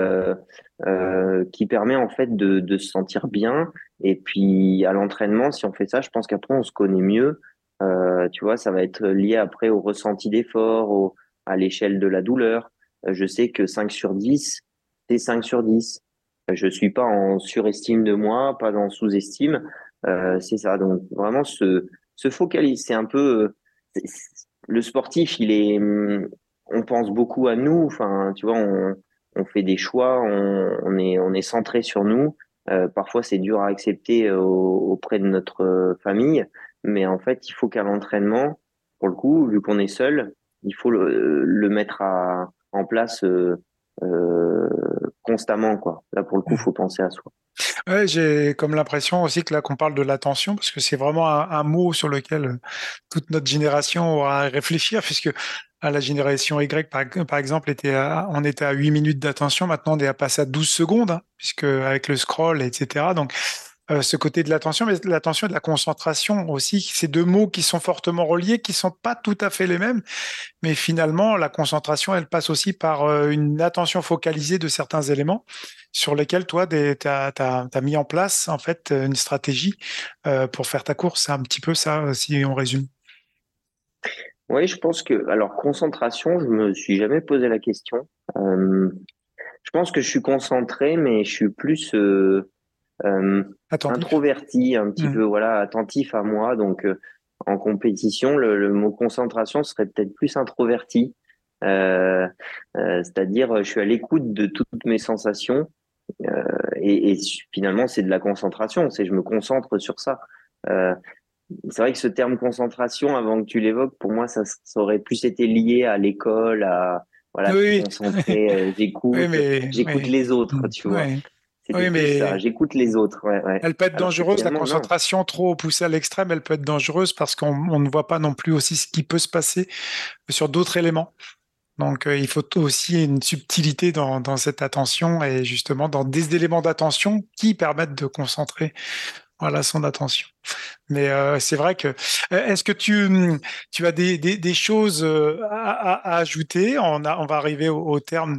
Qui permet en fait de se sentir bien. Et puis à l'entraînement, si on fait ça, je pense qu'après on se connaît mieux. Tu vois, ça va être lié après au ressenti d'effort, à l'échelle de la douleur. Je sais que 5 sur 10, c'est 5 sur 10. Je suis pas en surestime de moi, pas en sous-estime. C'est ça. Donc vraiment se focaliser. C'est un peu le sportif, on pense beaucoup à nous. Enfin, tu vois, on fait des choix, on est centré sur nous. Parfois, c'est dur à accepter auprès de notre famille, mais en fait, il faut qu'à l'entraînement, pour le coup, vu qu'on est seul, il faut le mettre en place euh, constamment, quoi. Là, pour le coup, faut penser à soi. Ouais, j'ai comme l'impression aussi que là qu'on parle de l'attention, parce que c'est vraiment un mot sur lequel toute notre génération aura à réfléchir, puisque à la génération Y, par exemple, on était à 8 minutes d'attention, maintenant on est à passer à 12 secondes, hein, puisque avec le scroll, etc. Donc ce côté de l'attention, mais l'attention et de la concentration aussi, ces deux mots qui sont fortement reliés, qui sont pas tout à fait les mêmes, mais finalement, la concentration, elle passe aussi par une attention focalisée de certains éléments sur lesquels toi, tu as mis en place en fait une stratégie pour faire ta course. C'est un petit peu ça, si on résume. Oui, je pense que, alors, concentration, je me suis jamais posé la question. Je pense que je suis concentré, mais je suis plus euh, Attentif. introverti, un petit Hmm. peu, voilà, attentif à moi. Donc, en compétition, le mot concentration serait peut-être plus introverti. Euh, C'est-à-dire, je suis à l'écoute de toutes mes sensations et finalement, c'est de la concentration. C'est je me concentre sur ça. Euh, c'est vrai que ce terme concentration, avant que tu l'évoques, pour moi, ça aurait plus été lié à l'école, à voilà, je suis Oui, concentré, oui, j'écoute oui, les autres, tu vois. oui, C'était oui, plus ça, mais j'écoute les autres, ouais, ouais. elle peut être Alors que dangereuse, la finalement, non. concentration trop poussée à l'extrême, elle peut être dangereuse parce qu'on ne voit pas non plus aussi ce qui peut se passer sur d'autres éléments. Donc, il faut aussi une subtilité dans cette attention et justement dans des éléments d'attention qui permettent de concentrer, voilà, son attention. Mais c'est vrai que est-ce que tu as des choses à ajouter? On va arriver au terme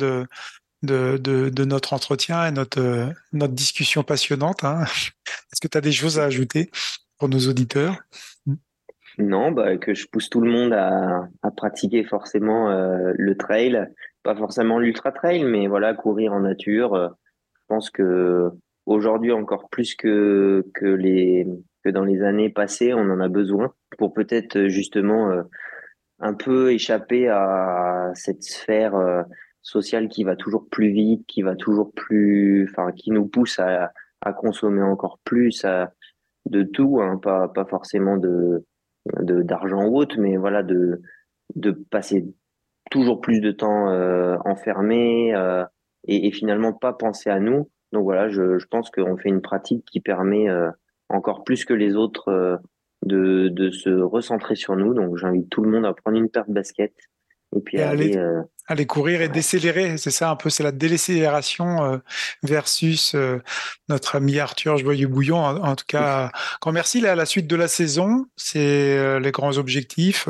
de notre entretien et notre discussion passionnante, hein. Est-ce que tu as des choses à ajouter pour nos auditeurs? Non, bah, que je pousse tout le monde à pratiquer forcément le trail, pas forcément l'ultra trail, mais voilà, courir en nature. Je pense que aujourd'hui encore plus que dans les années passées, on en a besoin pour peut-être justement un peu échapper à cette sphère sociale qui va toujours plus vite, qui va toujours plus, enfin, qui nous pousse à consommer encore plus, de tout, hein, pas forcément d'argent ou autre, mais voilà, de passer toujours plus de temps enfermé et finalement pas penser à nous. Donc voilà, je pense qu'on fait une pratique qui permet encore plus que les autres de se recentrer sur nous. Donc j'invite tout le monde à prendre une paire de baskets et puis Et à aller. aller courir et Ouais. décélérer, c'est ça un peu, c'est la décélération versus notre ami Arthur Joyeux-Bouillon. En tout cas, grand merci. Là, à la suite de la saison, c'est les grands objectifs,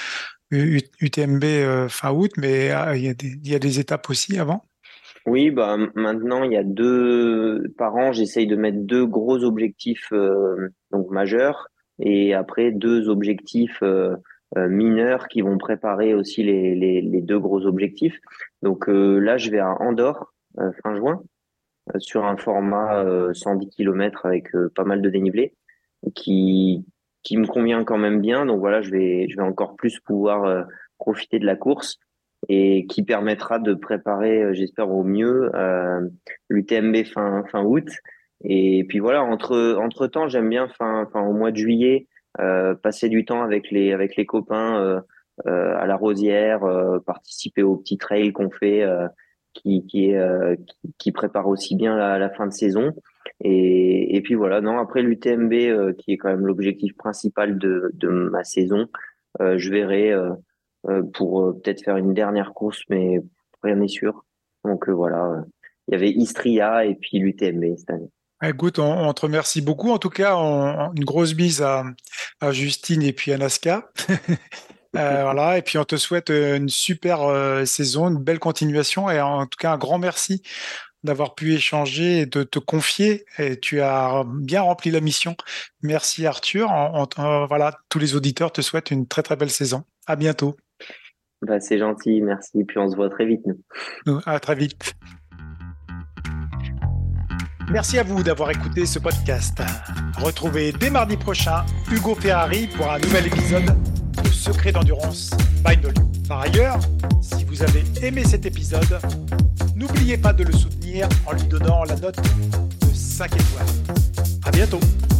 UTMB fin août, mais il y a des étapes aussi avant. Oui, bah maintenant il y a deux par an, j'essaye de mettre deux gros objectifs donc majeurs et après deux objectifs mineurs qui vont préparer aussi les deux gros objectifs. Donc là, je vais à Andorre fin juin sur un format 110 km avec pas mal de dénivelé qui qui me convient quand même bien. Donc voilà, je vais encore plus pouvoir profiter de la course et qui permettra de préparer, j'espère au mieux, l'UTMB fin août. Et puis voilà, entre temps, j'aime bien au mois de juillet passer du temps avec les copains à la Rosière, participer au petit trail qu'on fait qui prépare aussi bien la fin de saison. Et puis voilà, non, après l'UTMB, qui est quand même l'objectif principal de ma saison, je verrai pour peut-être faire une dernière course, mais rien n'est sûr. Donc voilà, il y avait Istria et puis l'UTMB cette année. Écoute, on te remercie beaucoup. En tout cas, une grosse bise à Justine et puis à Nasca. Voilà, et puis on te souhaite une super saison, une belle continuation et en tout cas un grand merci d'avoir pu échanger et de te confier. Et tu as bien rempli la mission. Merci Arthur. Voilà, tous les auditeurs te souhaitent une très très belle saison. À bientôt. Bah, c'est gentil, merci. Puis on se voit très vite, nous. À très vite. Merci à vous d'avoir écouté ce podcast. Retrouvez dès mardi prochain Hugo Ferrari pour un nouvel épisode de Secret d'endurance by Nolio. Par ailleurs, si vous avez aimé cet épisode, n'oubliez pas de le soutenir en lui donnant la note de 5 étoiles. À bientôt.